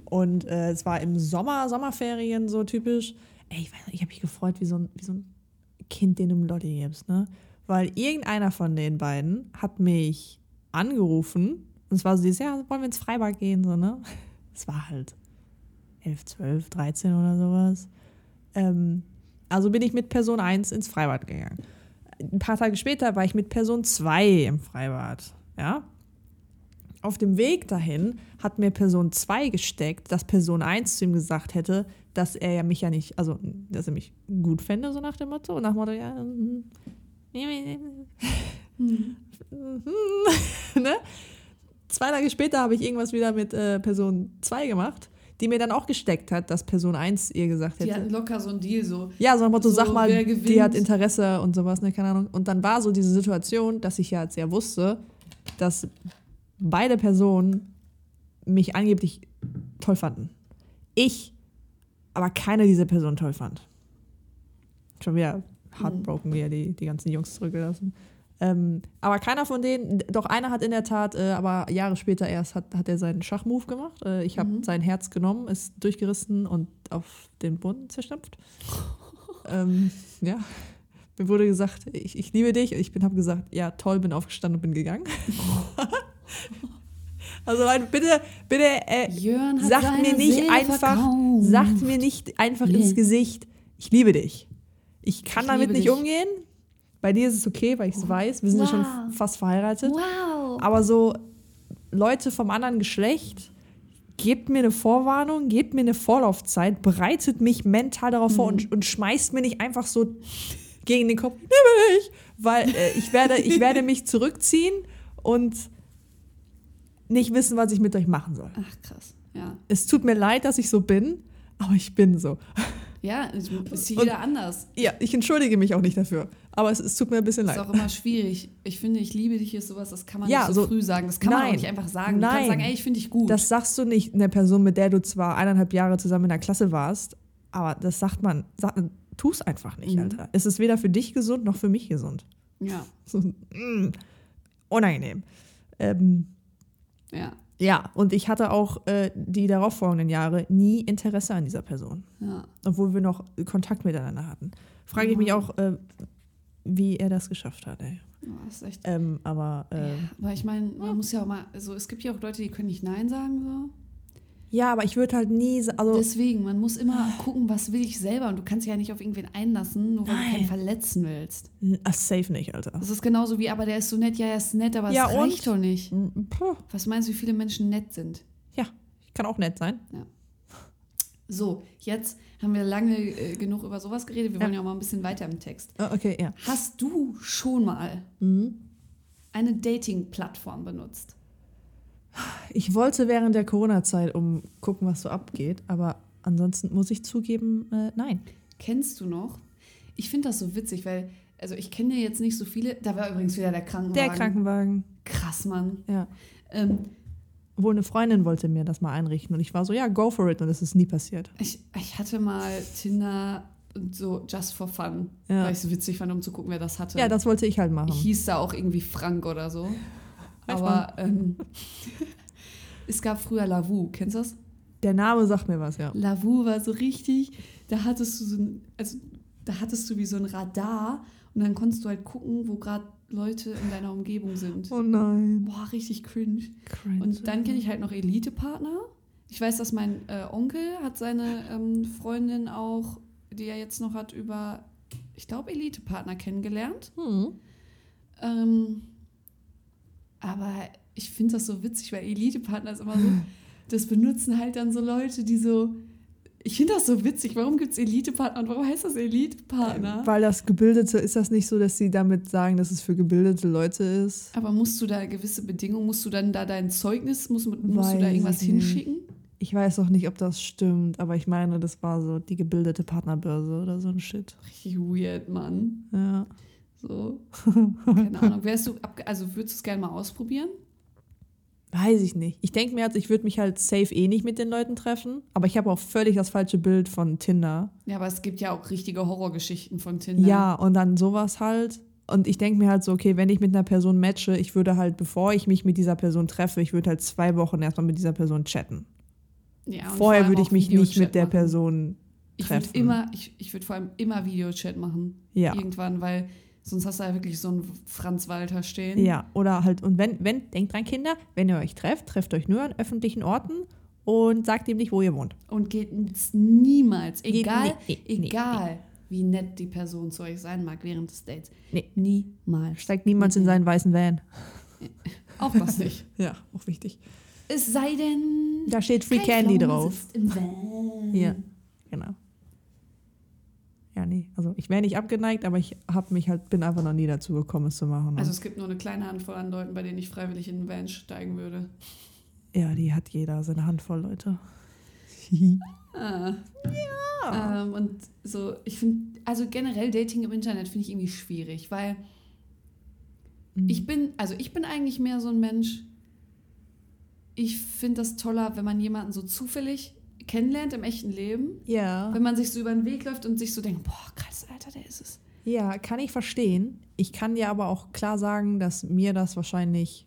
Und äh, es war im Sommer, Sommerferien so typisch. Ey, ich weiß nicht, ich habe mich gefreut wie so ein, wie so ein Kind, den du im Lotti gibst, ne? Weil irgendeiner von den beiden hat mich angerufen. Und es war so dieses, ja, wollen wir ins Freibad gehen, so, ne? Es war halt elf, zwölf, dreizehn oder sowas. Ähm, also bin ich mit Person eins ins Freibad gegangen. Ein paar Tage später war ich mit Person zwei im Freibad, ja? Auf dem Weg dahin hat mir Person zwei gesteckt, dass Person eins zu ihm gesagt hätte, dass er ja mich ja nicht, also dass er mich gut fände, so nach dem Motto. Und nach dem Motto, ja, mm, mm, ne? Zwei Tage später habe ich irgendwas wieder mit äh, Person zwei gemacht, die mir dann auch gesteckt hat, dass Person eins ihr gesagt hätte. Die hatten locker so ein Deal, so. Ja, so nach dem Motto, so, sag mal, wer gewinnt. die hat Interesse und sowas, ne, keine Ahnung. Und dann war so diese Situation, dass ich ja jetzt ja wusste, dass beide Personen mich angeblich toll fanden. Ich aber keine dieser Personen toll fand. Schon wieder heartbroken, wie er die, die ganzen Jungs zurückgelassen. Ähm, aber keiner von denen, doch einer hat in der Tat, äh, aber Jahre später erst, hat, hat er seinen Schachmove gemacht. Äh, ich habe mhm. sein Herz genommen, ist durchgerissen und auf den Boden zerstampft. ähm, ja, mir wurde gesagt, ich, ich liebe dich. Ich habe gesagt, ja toll, bin aufgestanden und bin gegangen. Also Leute, bitte, bitte, äh, sagt mir nicht Seele einfach, verkauft. sagt mir nicht einfach nee. ins Gesicht, ich liebe dich. Ich kann ich damit nicht dich. umgehen. Bei dir ist es okay, weil ich es oh. weiß. Wir sind wow. ja schon fast verheiratet. Wow. Aber so Leute vom anderen Geschlecht, gebt mir eine Vorwarnung, gebt mir eine Vorlaufzeit, bereitet mich mental darauf mhm. vor und, und schmeißt mir nicht einfach so gegen den Kopf, nimm mich, weil äh, ich, werde, ich werde mich zurückziehen und nicht wissen, was ich mit euch machen soll. Ach, krass, ja. Es tut mir leid, dass ich so bin, aber ich bin so. Ja, ist jeder und, anders. Ja, ich entschuldige mich auch nicht dafür, aber es, es tut mir ein bisschen leid. Das ist auch immer schwierig. Ich finde, ich liebe dich ist sowas, das kann man ja, nicht so, so früh sagen. Das kann nein, man auch nicht einfach sagen. Nein, du kannst sagen, ey, ich finde dich gut. Das sagst du nicht einer Person, mit der du zwar eineinhalb Jahre zusammen in der Klasse warst, aber das sagt man, sag, tu es einfach nicht, mhm. Alter. Es ist weder für dich gesund, noch für mich gesund. Ja. So, mm, unangenehm. Ähm, Ja. Ja, und ich hatte auch äh, die darauffolgenden Jahre nie Interesse an dieser Person. Ja. Obwohl wir noch Kontakt miteinander hatten. Frage ja. ich mich auch, äh, wie er das geschafft hat. Ey. Ja, das ist echt. Ähm, aber, äh, ja, aber ich meine, man ja. muss ja auch mal, also es gibt ja auch Leute, die können nicht Nein sagen, so. Ja, aber ich würde halt nie... Also deswegen, man muss immer gucken, was will ich selber. Und du kannst dich ja nicht auf irgendwen einlassen, nur weil Nein. du keinen verletzen willst. Ach, safe nicht, Alter. Das ist genauso wie, aber der ist so nett. Ja, er ist nett, aber es ja, reicht doch nicht. Puh. Was meinst du, wie viele Menschen nett sind? Ja, ich kann auch nett sein. Ja. So, jetzt haben wir lange äh, genug über sowas geredet. Wir wollen ja. ja auch mal ein bisschen weiter im Text. Oh, okay, ja. Hast du schon mal mhm. eine Dating-Plattform benutzt? Ich wollte während der Corona-Zeit um gucken, was so abgeht, aber ansonsten muss ich zugeben, äh, nein. Kennst du noch? Ich finde das so witzig, weil, also ich kenne ja jetzt nicht so viele, da war übrigens wieder der Krankenwagen. Der Krankenwagen. Krass, Mann. Ja. Ähm, Wohl eine Freundin wollte mir das mal einrichten und ich war so, ja, go for it und es ist nie passiert. Ich, ich hatte mal Tinder und so just for fun, ja. weil ich es so witzig fand, um zu gucken, wer das hatte. Ja, das wollte ich halt machen. Ich hieß da auch irgendwie Frank oder so. Aber ähm, es gab früher Lavu, kennst du das? Der Name sagt mir was, ja. Lavu war so richtig, da hattest du so ein, also da hattest du wie so ein Radar und dann konntest du halt gucken, wo gerade Leute in deiner Umgebung sind. Oh nein. Boah, richtig cringe. cringe. Und dann kenne ich halt noch Elite-Partner. Ich weiß, dass mein äh, Onkel hat seine ähm, Freundin auch, die er jetzt noch hat, über, ich glaube, Elite-Partner kennengelernt. Hm. Ähm, aber ich finde das so witzig, weil Elite-Partner ist immer so, das benutzen halt dann so Leute, die so, ich finde das so witzig, warum gibt es Elite-Partner und warum heißt das Elite-Partner? Weil das Gebildete, ist das nicht so, dass sie damit sagen, dass es für gebildete Leute ist? Aber musst du da gewisse Bedingungen, musst du dann da dein Zeugnis, musst, musst du da irgendwas hinschicken? Ich weiß auch nicht, ob das stimmt, aber ich meine, das war so die gebildete Partnerbörse oder so ein Shit. Richtig weird, Mann. Ja. So, keine Ahnung. Wärst du, also würdest du es gerne mal ausprobieren? Weiß ich nicht. Ich denke mir halt, ich würde mich halt safe eh nicht mit den Leuten treffen, aber ich habe auch völlig das falsche Bild von Tinder. Ja, aber es gibt ja auch richtige Horrorgeschichten von Tinder. Ja, und dann sowas halt. Und ich denke mir halt so, okay, wenn ich mit einer Person matche, ich würde halt, bevor ich mich mit dieser Person treffe, ich würde halt zwei Wochen erstmal mit dieser Person chatten. Ja, und vor Vorher allem würde ich auch mich nicht Videochat mit der machen. Person Ich würde treffen. immer, ich, ich würde vor allem immer Videochat machen. Ja. Irgendwann, weil sonst hast du ja wirklich so einen Franz Walter stehen. Ja, oder halt, und wenn, wenn, denkt dran, Kinder, wenn ihr euch trefft, trefft euch nur an öffentlichen Orten und sagt ihm nicht, wo ihr wohnt. Und geht es niemals, Geht egal, nie- nee, egal wie nett die Person zu euch sein mag während des Dates. Nee. Niemals. Steigt niemals in seinen weißen Van. Auch das nicht. Ja, auch wichtig. Es sei denn, Da steht Free kein Candy Pflaume drauf. sitzt im Van. Ja, genau. Ja, nee, also ich wäre nicht abgeneigt, aber ich hab mich halt, bin einfach noch nie dazu gekommen, es zu machen. Ne? Also es gibt nur eine kleine Handvoll an Leuten, bei denen ich freiwillig in den Van steigen würde. Ja, die hat jeder, seine Handvoll Leute. Ah. Ja. Ähm, und so, ich finde, also generell Dating im Internet finde ich irgendwie schwierig, weil Mhm. ich bin, also ich bin eigentlich mehr so ein Mensch, ich finde das toller, wenn man jemanden so zufällig kennenlernt im echten Leben, Ja. wenn man sich so über den Weg läuft und sich so denkt, boah, krass, Alter, der ist es. Ja, kann ich verstehen. Ich kann dir aber auch klar sagen, dass mir das wahrscheinlich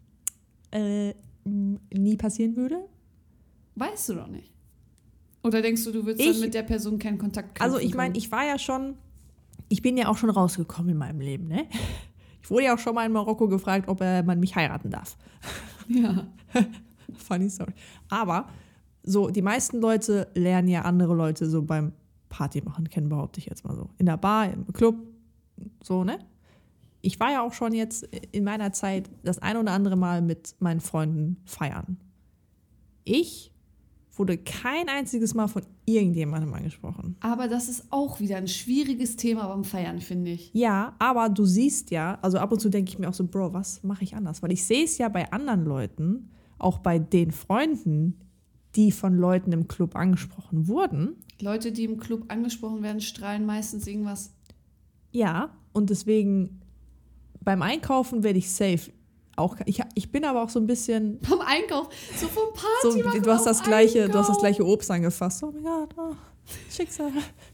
äh, m- nie passieren würde. Weißt du doch nicht. Oder denkst du, du würdest Ich- dann mit der Person keinen Kontakt knüpfen Also ich meine, können? ich war ja schon, ich bin ja auch schon rausgekommen in meinem Leben, ne? Ich wurde ja auch schon mal in Marokko gefragt, ob äh, man mich heiraten darf. Ja. Funny story. Aber so, die meisten Leute lernen ja andere Leute so beim Party machen kennen, behaupte ich jetzt mal so. In der Bar, im Club, so, ne? Ich war ja auch schon jetzt in meiner Zeit das ein oder andere Mal mit meinen Freunden feiern. Ich wurde kein einziges Mal von irgendjemandem angesprochen. Aber das ist auch wieder ein schwieriges Thema beim Feiern, finde ich. Ja, aber du siehst ja, also ab und zu denke ich mir auch so, Bro, was mache ich anders? Weil ich sehe es ja bei anderen Leuten, auch bei den Freunden, die von Leuten im Club angesprochen wurden. Leute, die im Club angesprochen werden, strahlen meistens irgendwas. Ja, und deswegen beim Einkaufen werde ich safe. Auch, ich, ich bin aber auch so ein bisschen Beim Einkauf, so vom so, Party machen du hast auf das gleiche, du hast das Einkauf. gleiche Obst angefasst. Oh mein Gott, oh, Schicksal.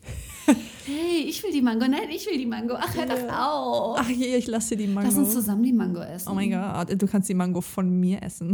Hey, ich will die Mango. Nein, ich will die Mango. Ach, hör doch auf. Ach je, ich lasse dir die Mango. Lass uns zusammen die Mango essen. Oh mein Gott, du kannst die Mango von mir essen.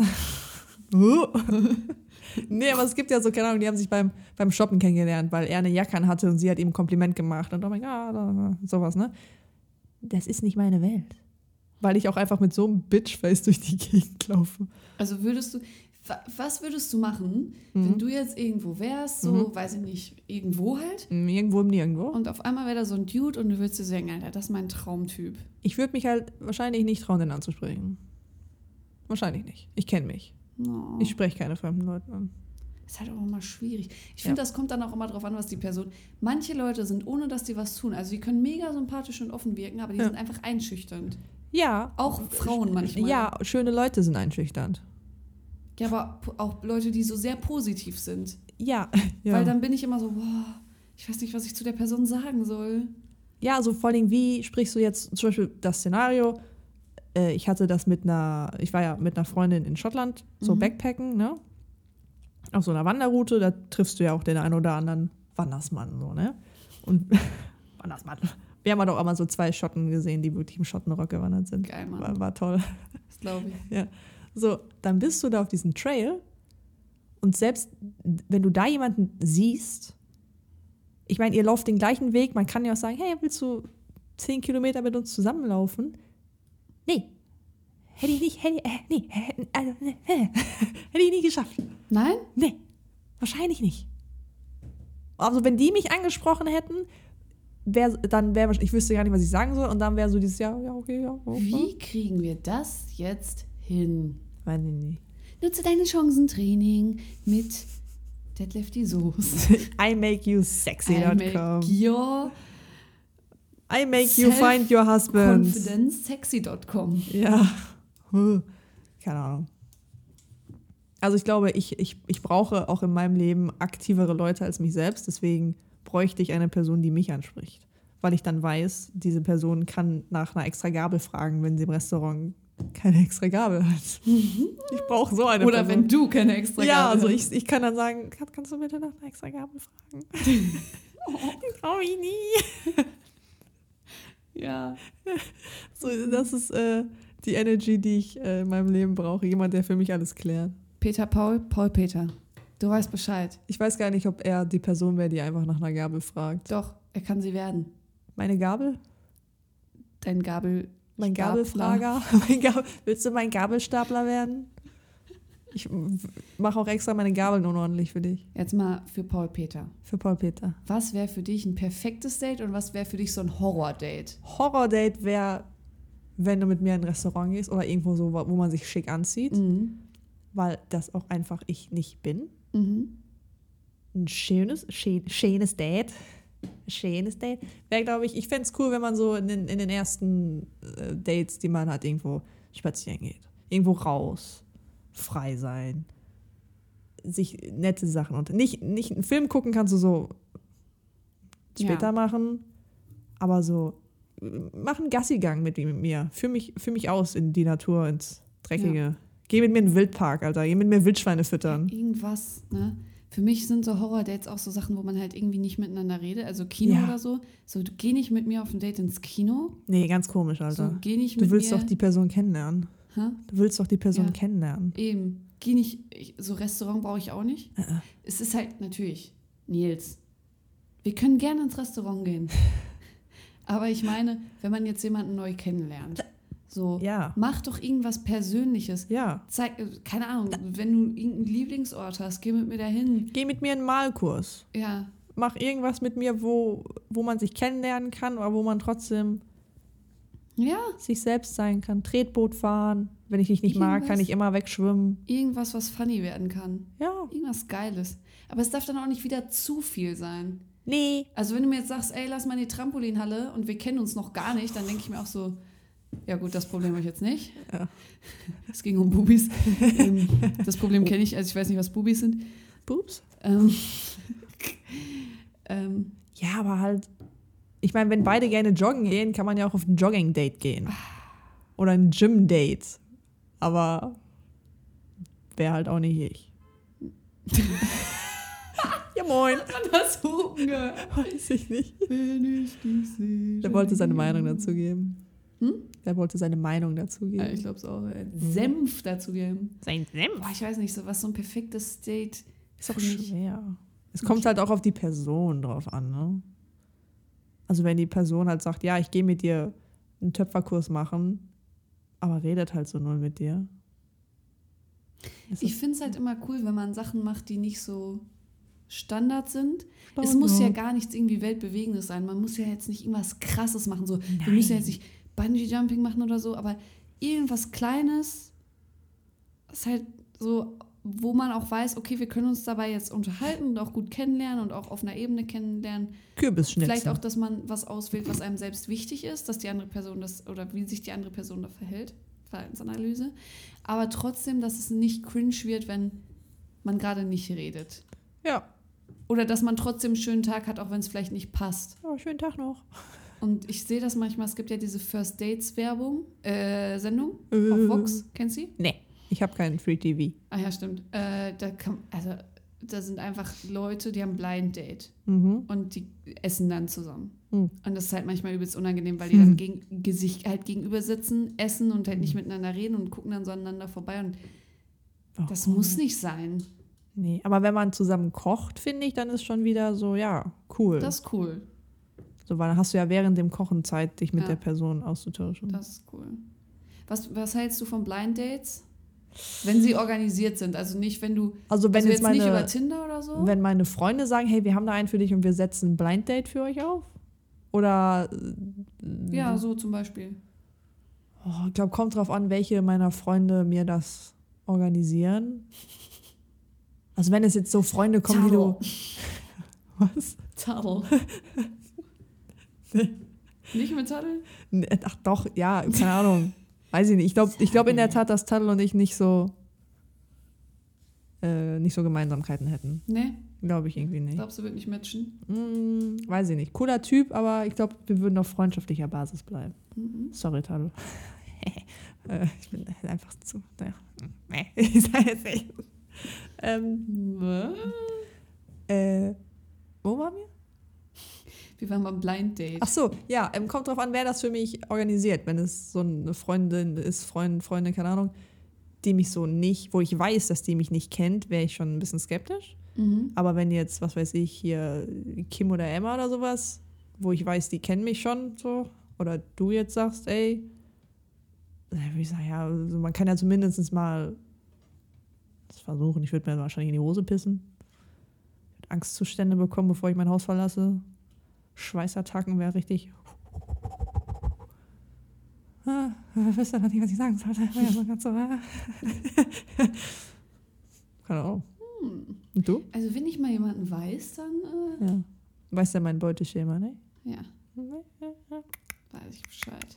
Nee, aber es gibt ja so, keine Ahnung, die haben sich beim, beim Shoppen kennengelernt, weil er eine Jacke an hatte und sie hat ihm ein Kompliment gemacht und oh mein Gott, sowas, ne? Das ist nicht meine Welt. Weil ich auch einfach mit so einem Bitchface durch die Gegend laufe. Also würdest du, wa- was würdest du machen, Mhm. wenn du jetzt irgendwo wärst, so, Mhm. weiß ich nicht, irgendwo halt, Irgendwo im Nirgendwo. und auf einmal wäre da so ein Dude und du würdest dir sagen, Alter, das ist mein Traumtyp. Ich würde mich halt wahrscheinlich nicht trauen, den anzusprechen. Wahrscheinlich nicht. Ich kenne mich. No. Ich spreche keine fremden Leute an. Ist halt auch immer schwierig. Ich finde, das kommt dann auch immer drauf an, was die Person. Manche Leute sind, ohne dass die was tun, also die können mega sympathisch und offen wirken, aber die Ja. sind einfach einschüchternd. Ja. Auch Frauen manchmal. Ja, schöne Leute sind einschüchternd. Ja, aber po- auch Leute, die so sehr positiv sind. Ja. ja. Weil dann bin ich immer so, boah, ich weiß nicht, was ich zu der Person sagen soll. Ja, also vor allem, wie sprichst du jetzt zum Beispiel das Szenario? Äh, ich hatte das mit einer, ich war ja mit einer Freundin in Schottland, so Mhm. Backpacken, ne? Auf so einer Wanderroute, da triffst du ja auch den einen oder anderen Wandersmann, so, ne? Und Wandersmann. Wir haben doch auch mal so zwei Schotten gesehen, die wirklich im Schottenrock gewandert sind. Geil, Mann. War, war toll. Das glaube ich. Ja. So, dann bist du da auf diesem Trail und selbst wenn du da jemanden siehst, ich meine, ihr lauft den gleichen Weg, man kann ja auch sagen, hey, willst du zehn Kilometer mit uns zusammenlaufen? Nee. Hätte ich nicht, hätte ich, äh, nee, äh, also, äh, hätte ich nie geschafft. Nein? Nee, wahrscheinlich nicht. Also wenn die mich angesprochen hätten, wär, dann wäre ich wüsste gar nicht, was ich sagen soll und dann wäre so dieses, ja, ja, okay, ja. Okay. Wie kriegen wir das jetzt hin? Weiß ich nicht. Nutze deine Chancentraining mit Deadlifty Soße. I make you sexy I dot make com. your I make you find your husband. confidence sexy dot com. Ja. Huh. Keine Ahnung. Also ich glaube, ich, ich, ich brauche auch in meinem Leben aktivere Leute als mich selbst. Deswegen bräuchte ich eine Person, die mich anspricht. Weil ich dann weiß, diese Person kann nach einer extra Gabel fragen, wenn sie im Restaurant keine extra Gabel hat. Ich brauche so eine Oder Person. wenn du keine extra Ja, Gabel also hast. ich, ich kann dann sagen, kann, kannst du bitte nach einer extra Gabel fragen? Ich brauche ich nie. Ja. So, das ist äh, die Energy, die ich äh, in meinem Leben brauche. Jemand, der für mich alles klärt. Peter Paul, Paul Peter. Du weißt Bescheid. Ich weiß gar nicht, ob er die Person wäre, die einfach nach einer Gabel fragt. Doch, er kann sie werden. Meine Gabel? Dein Gabel... Mein Gabelfrager? Mein Gabel, willst du mein Gabelstapler werden? Ich mache auch extra meine Gabeln unordentlich für dich. Jetzt mal für Paul Peter. Für Paul Peter. Was wäre für dich ein perfektes Date und was wäre für dich so ein Horror-Date? Horror-Date wäre, wenn du mit mir in ein Restaurant gehst oder irgendwo so, wo man sich schick anzieht. Mhm. Weil das auch einfach ich nicht bin. Mhm. Ein schönes, schön, schönes Date. Schönes Date. Wäre, glaube ich, ich fände es cool, wenn man so in den, in den ersten äh, Dates, die man hat, irgendwo spazieren geht. Irgendwo raus. Frei sein. Sich nette Sachen und nicht, nicht einen Film gucken kannst du so später Ja. machen, aber so mach einen Gassigang mit, mit mir. Führ mich, führ mich aus in die Natur, ins Dreckige. Ja. Geh mit mir in den Wildpark, Alter. Geh mit mir Wildschweine füttern. Irgendwas, ne? Für mich sind so Horror-Dates auch so Sachen, wo man halt irgendwie nicht miteinander redet. Also Kino Ja. oder so. So, du geh nicht mit mir auf ein Date ins Kino. Nee, ganz komisch, Alter. So, geh nicht Du mit willst mir. doch die Person kennenlernen. Hä? Du willst doch die Person Ja. kennenlernen. Eben. Geh nicht. Ich, so Restaurant brauche ich auch nicht. Äh, äh. Es ist halt natürlich, Nils, wir können gerne ins Restaurant gehen. Aber ich meine, wenn man jetzt jemanden neu kennenlernt, so, Ja. mach doch irgendwas Persönliches. Ja. Zeig, äh, keine Ahnung, wenn du irgendeinen Lieblingsort hast, geh mit mir dahin. Geh mit mir in einen Malkurs. Ja, Mach irgendwas mit mir, wo, wo man sich kennenlernen kann, aber wo man trotzdem ja, sich selbst sein kann. Tretboot fahren. Wenn ich dich nicht mag, kann Irgendwas. ich immer wegschwimmen. irgendwas, was funny werden kann. Ja. Irgendwas Geiles. Aber es darf dann auch nicht wieder zu viel sein. Nee. Also wenn du mir jetzt sagst, ey, lass mal in die Trampolinhalle und wir kennen uns noch gar nicht, dann denke ich mir auch so, ja gut, das Problem habe ich jetzt nicht. Ja. Es ging um Bubis. Ähm, das Problem kenne ich, also ich weiß nicht, was Bubis sind. Pups. Ähm, ähm, Ja, aber halt, ich meine, wenn beide gerne joggen gehen, kann man ja auch auf ein Jogging-Date gehen. Oder ein Gym-Date. Aber wäre halt auch nicht ich. Ja, moin. man das Hupen gehört. Weiß ich nicht. Wenn ich dich sehe. Der wollte seine Meinung dazu geben. Hm? Der wollte seine Meinung dazu Ja, geben. ich glaube es auch. Ein Senf dazu geben. Sein Senf. Boah, ich weiß nicht, so was so ein perfektes Date Ist auch für mich. schwer. Es kommt halt auch auf die Person drauf an, ne? Also wenn die Person halt sagt, ja, ich gehe mit dir einen Töpferkurs machen, aber redet halt so null mit dir. Es Ich ist finde es halt immer cool, wenn man Sachen macht, die nicht so Standard sind. Es Standard. muss ja gar nichts irgendwie Weltbewegendes sein. Man muss ja jetzt nicht irgendwas Krasses machen. So, wir müssen ja jetzt nicht Bungee-Jumping machen oder so, aber irgendwas Kleines, ist halt so, wo man auch weiß, okay, wir können uns dabei jetzt unterhalten und auch gut kennenlernen und auch auf einer Ebene kennenlernen. Kürbisschnitzel. Vielleicht auch, dass man was auswählt, was einem selbst wichtig ist, dass die andere Person das, oder wie sich die andere Person da verhält. Verhaltensanalyse. Aber trotzdem, dass es nicht cringe wird, wenn man gerade nicht redet. Ja. Oder dass man trotzdem einen schönen Tag hat, auch wenn es vielleicht nicht passt. Oh, schönen Tag noch. Und ich sehe das manchmal, es gibt ja diese First Dates Werbung, äh, Sendung Äh. auf Vox, kennst du sie? Nee, ich habe keinen Free T V. Ah ja, stimmt. Äh, da, kann, also, da sind einfach Leute, die haben Blind Date Mhm. und die essen dann zusammen. Mhm. Und das ist halt manchmal übelst unangenehm, weil die dann gegen, Gesicht halt gegenüber sitzen, essen und halt nicht miteinander reden und gucken dann so aneinander vorbei. Und das Warum? muss nicht sein. Nee, aber wenn man zusammen kocht, finde ich, dann ist schon wieder so, ja, cool. Das ist cool. So, weil dann hast du ja während dem Kochen Zeit, dich mit Ja. der Person auszutauschen. Das ist cool. Was, was hältst du von Blind Dates? Wenn sie organisiert sind, also nicht, wenn du, Also wenn also jetzt jetzt meine, nicht über Tinder oder so. wenn meine Freunde sagen, hey, wir haben da einen für dich und wir setzen ein Blind Date für euch auf? Oder äh, Ja, so zum Beispiel. oh, ich glaube, kommt drauf an, welche meiner Freunde mir das organisieren. Also wenn es jetzt so Freunde kommen, die du. Was? Tuttle. Nicht mit Tuttle? Nee, Ach doch, ja, keine Ahnung. Weiß ich nicht. Ich glaube ich glaub in der Tat, dass Tadel und ich nicht so äh, nicht so Gemeinsamkeiten hätten. Nee, Glaube ich irgendwie nicht. glaubst du, wird nicht matchen? Hm, weiß ich nicht. Cooler Typ, aber ich glaube, wir würden auf freundschaftlicher Basis bleiben. Mhm. Sorry, Tadel. äh, ich bin einfach zu. Naja. Nee, ich sage jetzt nicht. Ähm, Was? äh, wo waren wir? Wir waren beim Blind Date. Ach so, ja, ähm, kommt drauf an, wer das für mich organisiert. Wenn es so eine Freundin ist, Freund, Freundin, keine Ahnung, die mich so nicht, wo ich weiß, dass die mich nicht kennt, wäre ich schon ein bisschen skeptisch. Mhm. Aber wenn jetzt, was weiß ich, hier Kim oder Emma oder sowas, wo ich weiß, die kennen mich schon so, oder du jetzt sagst, ey, dann würde ich sagen, ja, also man kann ja zumindest mal das versuchen. Ich würde mir wahrscheinlich in die Hose pissen. Ich würde Angstzustände bekommen, bevor ich mein Haus verlasse. Schweißattacken wäre richtig. Ah, ich wüsste noch nicht, was ich sagen sollte. Ja, so ganz so, ah. Keine Ahnung. Hm. Und du? Also wenn ich mal jemanden weiß, dann äh, Ja. Weißt ja mein Beuteschema, ne? ja, weiß ich Bescheid.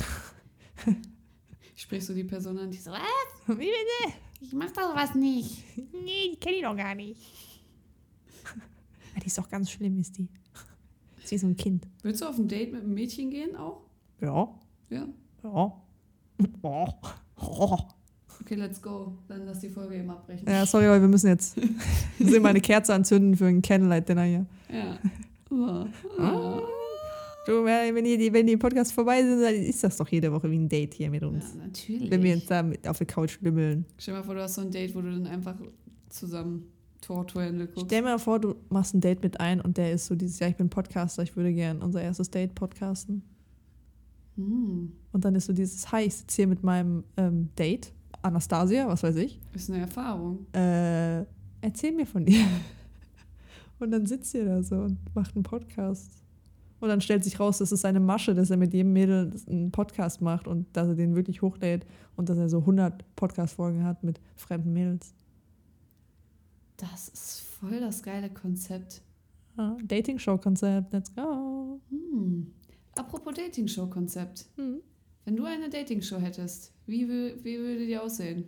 Ich sprich so die Person an, die so, was? Wie bitte? Ich mach doch was nicht. Nee, die kenne ich doch gar nicht. Die ist doch ganz schlimm, ist die. Sie ist so ein Kind. Willst du auf ein Date mit einem Mädchen gehen auch? Ja. Ja. Ja. Oh. Oh. Okay, let's go. Dann lass die Folge eben abbrechen. Ja, sorry, aber wir müssen jetzt wir müssen mal eine Kerze anzünden für ein Candlelight-Dinner hier. Ja. Oh. Oh. Du, wenn die, wenn die Podcasts vorbei sind, dann ist das doch jede Woche wie ein Date hier mit uns. Ja, natürlich. Wenn wir uns da mit auf der Couch lümmeln. Stell dir mal vor, du hast so ein Date, wo du dann einfach zusammen Tortohändel guckst. Stell mir vor, du machst ein Date mit ein und der ist so dieses Jahr, ich bin Podcaster, ich würde gern unser erstes Date podcasten. Hm. Und dann ist so dieses, hi, ich sitze hier mit meinem ähm, Date, Anastasia, was weiß ich. Ist eine Erfahrung. Äh, erzähl mir von dir. Und dann sitzt ihr da so und macht einen Podcast. Und dann stellt sich raus, das ist seine Masche, dass er mit jedem Mädel einen Podcast macht und dass er den wirklich hochlädt und dass er so hundert Podcast-Folgen hat mit fremden Mädels. Das ist voll das geile Konzept. Ah, Dating-Show-Konzept, let's go. Hm. Apropos Dating-Show-Konzept. Hm. Wenn du eine Dating-Show hättest, wie, wü- wie würde die aussehen?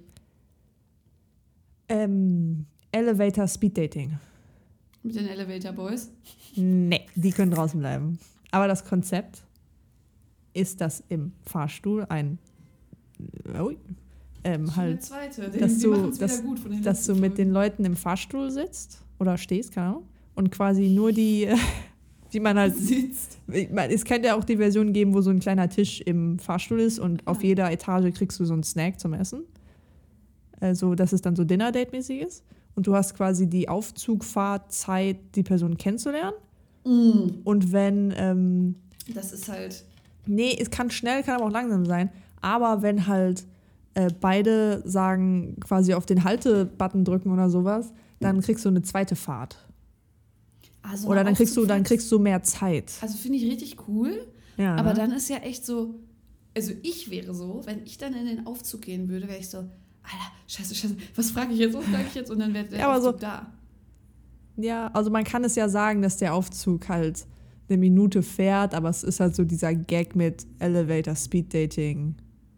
Ähm, Elevator Speed Dating. Mit den Elevator Boys? Nee, die können draußen bleiben. Aber das Konzept ist, dass im Fahrstuhl ein oh, ähm, Schon halt, der zweite. Den, dass die du, machen's wieder dass, gut von den dass letzten du mit den Folgen. Leuten im Fahrstuhl sitzt oder stehst, keine Ahnung, und quasi nur die, die man halt sitzt. Ich meine, es könnte ja auch die Version geben, wo so ein kleiner Tisch im Fahrstuhl ist und Ja. auf jeder Etage kriegst du so einen Snack zum Essen. Also, dass es dann so Dinner-Date-mäßig ist. Und du hast quasi die Aufzugfahrzeit, die Person kennenzulernen. Mm. Und wenn, ähm, Das ist halt. nee, es kann schnell, kann aber auch langsam sein. Aber wenn halt äh, beide sagen, quasi auf den Halte-Button drücken oder sowas, dann kriegst du eine zweite Fahrt. Also Oder eine dann kriegst du, dann Aufzugfahrt- kriegst du mehr Zeit. Also finde ich richtig cool. Ja, Aber ne? dann ist ja echt so. Also ich wäre so, wenn ich dann in den Aufzug gehen würde, wäre ich so, Alter, scheiße, scheiße, was frage ich jetzt, was frage ich jetzt? Und dann wäre der Ja, aber Aufzug so- da. Ja, also man kann es ja sagen, dass der Aufzug halt eine Minute fährt, aber es ist halt so dieser Gag mit Elevator Speed Dating.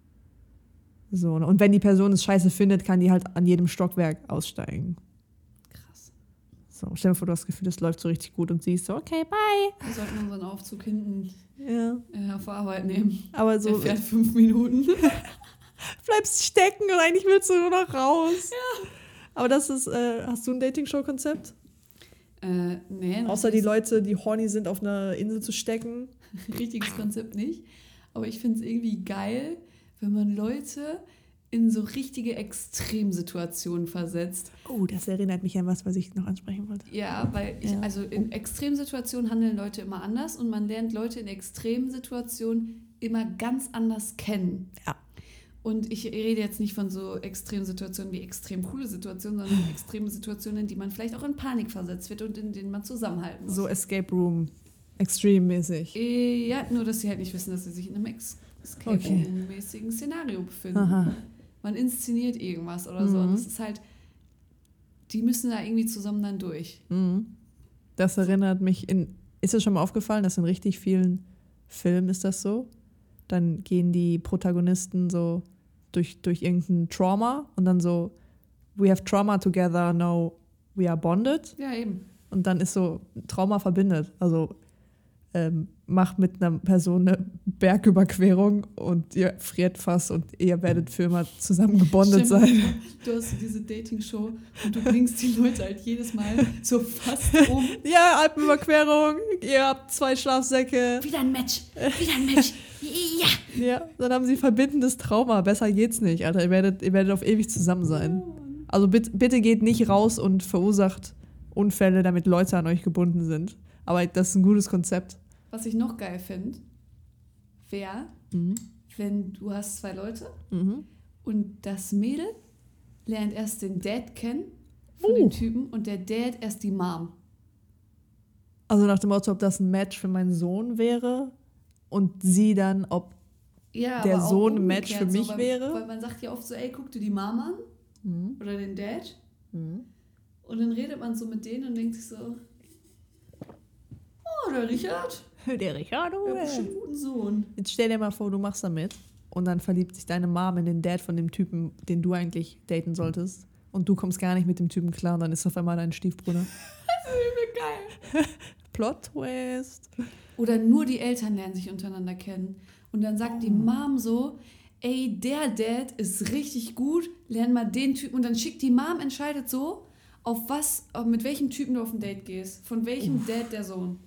So, ne? Und wenn die Person es scheiße findet, kann die halt an jedem Stockwerk aussteigen. Krass. So, stell dir vor, du hast das Gefühl, das läuft so richtig gut und siehst so, okay, bye. Wir sollten unseren Aufzug hinten Ja, äh, vor Arbeit nehmen. aber so Der fährt fünf Minuten. bleibst stecken und eigentlich willst du nur noch raus. Ja. Aber das ist, äh, hast du ein Dating-Show-Konzept? äh, nee, noch Außer die nicht. Leute, die horny sind, auf einer Insel zu stecken. Richtiges Konzept nicht. Aber ich finde es irgendwie geil, wenn man Leute in so richtige Extremsituationen versetzt. Oh, das erinnert mich an was, was ich noch ansprechen wollte. Ja, weil ich, Ja. also in Extremsituationen handeln Leute immer anders und man lernt Leute in Extremsituationen immer ganz anders kennen. Ja. Und ich rede jetzt nicht von so Extremsituationen wie extrem coole Situationen, sondern extreme Situationen, in die man vielleicht auch in Panik versetzt wird und in denen man zusammenhalten muss. So Escape Room, Extreme-mäßig. Äh, Ja, nur dass sie halt nicht wissen, dass sie sich in einem Ex- Escape Okay. Room-mäßigen Szenario befinden. Aha. Man inszeniert irgendwas oder so. Mhm. Und es ist halt, die müssen da irgendwie zusammen dann durch. Mhm. Das erinnert mich in, ist es schon mal aufgefallen, dass in richtig vielen Filmen ist das so? Dann gehen die Protagonisten so durch, durch irgendein Trauma und dann so, we have trauma together, now we are bonded. Ja, eben. Und dann ist so, Trauma verbindet. Also ähm, macht mit einer Person eine Bergüberquerung und ihr friert fast und ihr werdet für immer zusammen gebondet Stell dir sein. mal vor, Du hast so diese Dating-Show und du bringst die Leute halt jedes Mal so fast um. Ja, Alpenüberquerung, ihr habt zwei Schlafsäcke. Wieder ein Match, wieder ein Match. Ja. Ja, dann haben sie verbindendes Trauma. Besser geht's nicht, Alter. Ihr werdet, ihr werdet auf ewig zusammen sein. Also bitte, bitte geht nicht raus und verursacht Unfälle, damit Leute an euch gebunden sind. Aber das ist ein gutes Konzept. Was ich noch geil finde, wäre, Mhm. wenn du hast zwei Leute Mhm. und das Mädel lernt erst den Dad kennen von Oh. dem Typen und der Dad erst die Mom. Also nach dem Motto, ob das ein Match für meinen Sohn wäre und sie dann, ob Ja, der aber auch Sohn ein Match umgekehrt für mich so, weil, wäre. Weil man sagt ja oft so, ey, guck dir die Mom an Mhm. oder den Dad. Mhm. Und dann redet man so mit denen und denkt sich so, oh, der Richard, Der Ricardo. der hat bestimmt einen guten Sohn. Jetzt stell dir mal vor, du machst damit und dann verliebt sich deine Mom in den Dad von dem Typen, den du eigentlich daten solltest. Und du kommst gar nicht mit dem Typen klar und dann ist auf einmal dein Stiefbruder. Das ist übel geil. Plot Twist. Oder nur die Eltern lernen sich untereinander kennen. Und dann sagt die Mom so, ey, der Dad ist richtig gut, lern mal den Typen. Und dann schickt die Mom, entscheidet so, auf was, auf- mit welchem Typen du auf ein Date gehst. Von welchem Dad der Sohn.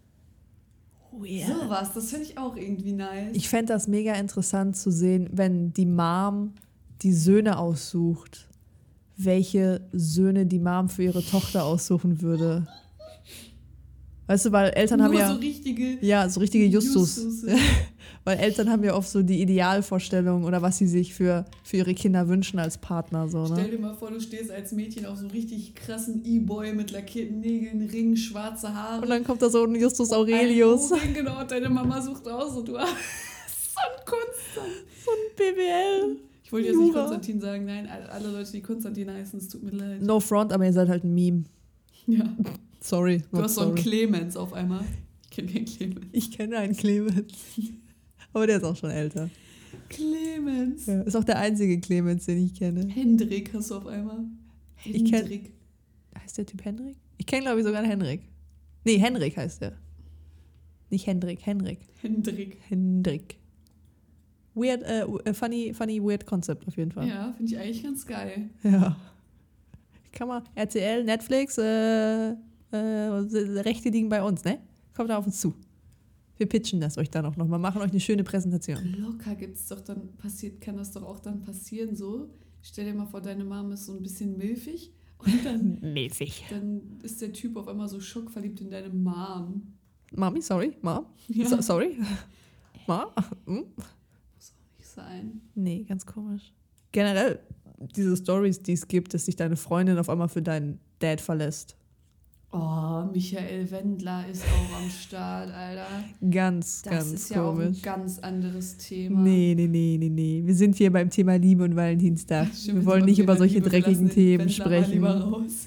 Oh, So was, das finde ich auch irgendwie nice. Ich fände das mega interessant zu sehen, wenn die Mom die Söhne aussucht, welche Söhne die Mom für ihre Tochter aussuchen würde. Weißt du, weil Eltern Nur haben ja... so richtige Ja, so richtige Justus. Justus. Weil Eltern haben ja oft so die Idealvorstellung oder was sie sich für, für ihre Kinder wünschen als Partner. So, Stell ne? dir mal vor, du stehst als Mädchen auf so einem richtig krassen E-Boy mit lackierten Nägeln, Ringen, schwarze Haare. Und dann kommt da so ein Justus Aurelius. Ein Ohrring, genau, deine Mama sucht aus und du hast so ein Konstantin. So ein B W L. Ich wollte jetzt nicht Jura. Konstantin sagen, nein, alle Leute, die Konstantin heißen, es tut mir leid. No front, aber ihr seid halt ein Meme. Ja. Sorry. Du not hast so einen sorry. Clemens auf einmal. Ich kenne keinen Clemens. Ich kenne einen Clemens. Aber der ist auch schon älter. Clemens. Ja, ist auch der einzige Clemens, den ich kenne. Hendrik hast du auf einmal. Ich kenn- Hendrik. Heißt der Typ Henrik? Ich kenne, glaube ich, sogar einen Henrik. Nee, Henrik heißt der. Nicht Hendrik, Henrik. Hendrik. Hendrik. Weird, äh, funny, funny, weird Concept auf jeden Fall. Ja, finde ich eigentlich ganz geil. Ja. Kann man, R T L, Netflix, äh, äh, Rechte liegen bei uns, ne? Kommt da auf uns zu. Wir pitchen das euch dann auch noch mal, machen euch eine schöne Präsentation. Locker gibt's doch dann, passiert, kann das doch auch dann passieren so. Stell dir mal vor, deine Mom ist so ein bisschen milfig und dann, Milfig. dann ist der Typ auf einmal so schockverliebt in deine Mom. Mami, sorry, Mom. Ja. So, sorry. Ma? Hm? Muss auch nicht sein. Nee, ganz komisch. Generell, diese Stories, die es gibt, dass sich deine Freundin auf einmal für deinen Dad verlässt. Oh, Michael Wendler ist auch am Start, Alter. Ganz, Das ganz ist ja auch ein komisch. ganz anderes Thema. Nee, nee, nee, nee, nee. Wir sind hier beim Thema Liebe und Valentinstag. Stimmt, Wir wollen nicht beim über Thema solche Liebe, wir dreckigen lassen den Themen Wendler mal sprechen. lieber raus.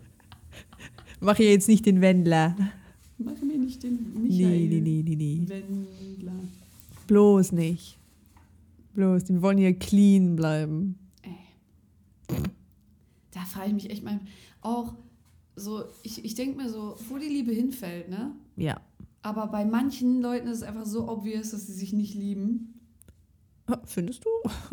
Mach hier jetzt nicht den Wendler. Mach mir nicht den Nee, Michael nee, nee, nee, nee. Wendler. Bloß nicht. Bloß nicht. Wir wollen hier clean bleiben. Ey. Da frage ich mich echt mal, auch so, ich, ich denke mir so, wo die Liebe hinfällt, ne? Ja. Aber bei manchen Leuten ist es einfach so obvious, dass sie sich nicht lieben. Findest du?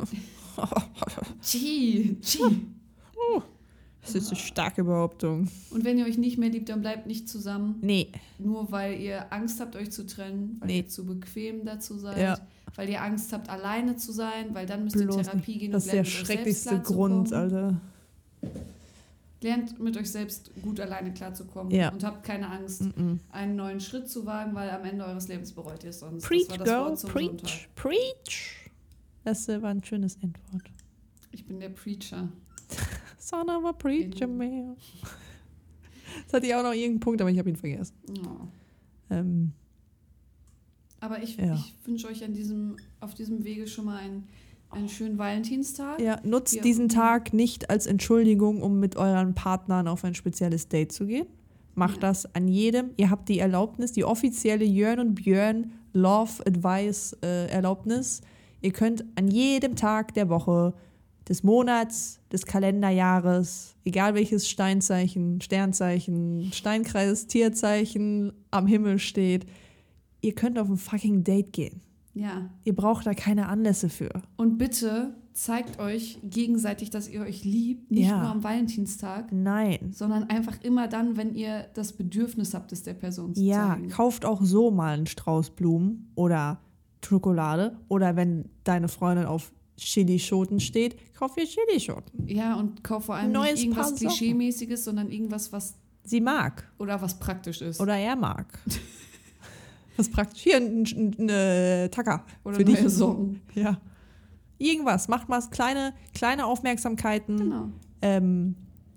Gee, gee. Das ist eine starke Behauptung. Und wenn ihr euch nicht mehr liebt, dann bleibt nicht zusammen. Nee. Nur weil ihr Angst habt, euch zu trennen, weil Nee. ihr zu bequem dazu seid, Ja. weil ihr Angst habt, alleine zu sein, weil dann müsst ihr in Bloß Therapie nicht. gehen Das und ist der lernt, mit euch schrecklichste selbst Grund, klarzukommen. Alter. Lernt mit euch selbst gut alleine klarzukommen Ja. und habt keine Angst, Mm-mm. einen neuen Schritt zu wagen, weil am Ende eures Lebens bereut ihr es sonst. Preach, das war das girl, Wort zum Sonntag. preach, preach. Das äh, war ein schönes Endwort. Ich bin der Preacher. Son of a preacher In- man. Das hatte ich auch noch irgendeinen Punkt, aber ich habe ihn vergessen. Oh. Ähm, Aber ich, Ja. ich wünsche euch an diesem, auf diesem Wege schon mal einen, einen schönen Valentinstag. ja, nutzt Ja. diesen Tag nicht als Entschuldigung, um mit euren Partnern auf ein spezielles Date zu gehen. Macht Ja. das an jedem. Ihr habt die Erlaubnis, die offizielle Jörn und Björn Love Advice äh, Erlaubnis. Ihr könnt an jedem Tag der Woche, des Monats, des Kalenderjahres, egal welches Steinzeichen, Sternzeichen, Steinkreis, Tierzeichen am Himmel steht, ihr könnt auf ein fucking Date gehen. Ja. Ihr braucht da keine Anlässe für. Und bitte zeigt euch gegenseitig, dass ihr euch liebt, nicht Ja. nur am Valentinstag, Nein. sondern einfach immer dann, wenn ihr das Bedürfnis habt, es der Person zu Ja, zeigen. kauft auch so mal einen Strauß Blumen oder Schokolade. Oder wenn deine Freundin auf Chilischoten steht, kauf ihr Chilischoten. Ja, und kauf vor allem Neues nicht irgendwas Paar Socken. Klischeemäßiges, sondern irgendwas, was Sie mag. oder was praktisch ist. Oder er mag. Was praktisch. Hier ein, ein, ein äh, Tacker. Oder für neue dich. Socken. Ja. Irgendwas. Macht mal kleine, kleine Aufmerksamkeiten. Genau. Ähm,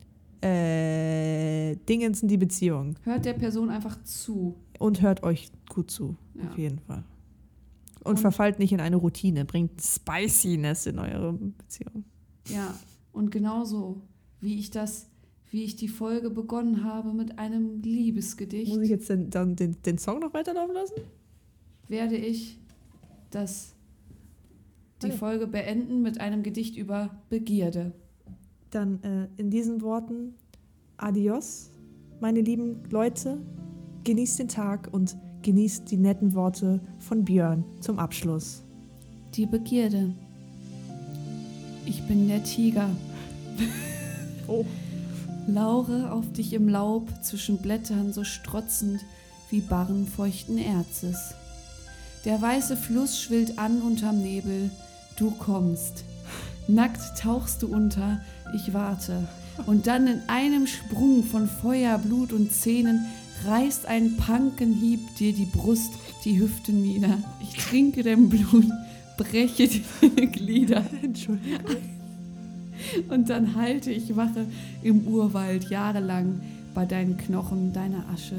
äh, Dingens in die Beziehung. Hört der Person einfach zu. Und hört euch gut zu. Ja. Auf jeden Fall. Und, Und- verfallt nicht in eine Routine. Bringt Spiciness in eure Beziehung. Ja, und genauso wie ich das, wie ich die Folge begonnen habe mit einem Liebesgedicht, Muss ich jetzt den, dann den, den Song noch weiterlaufen lassen? werde ich das, die Okay. Folge beenden mit einem Gedicht über Begierde. Dann äh, in diesen Worten, adios, meine lieben Leute. Genießt den Tag und genießt die netten Worte von Björn zum Abschluss. Die Begierde. Ich bin der Tiger. Oh. Laure auf dich im Laub zwischen Blättern so strotzend wie Barren feuchten Erzes. Der weiße Fluss schwillt an unterm Nebel, du kommst. Nackt tauchst du unter, ich warte. Und dann in einem Sprung von Feuer, Blut und Zähnen reißt ein Pankenhieb dir die Brust, die Hüfte nieder. Ich trinke dein Blut, breche die Glieder. Entschuldigung. Und dann halte ich Wache im Urwald jahrelang bei deinen Knochen, deiner Asche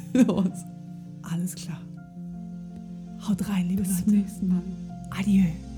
regungslos. Alles klar. Haut rein, liebe Bis Leute. zum nächsten Mal. Adieu.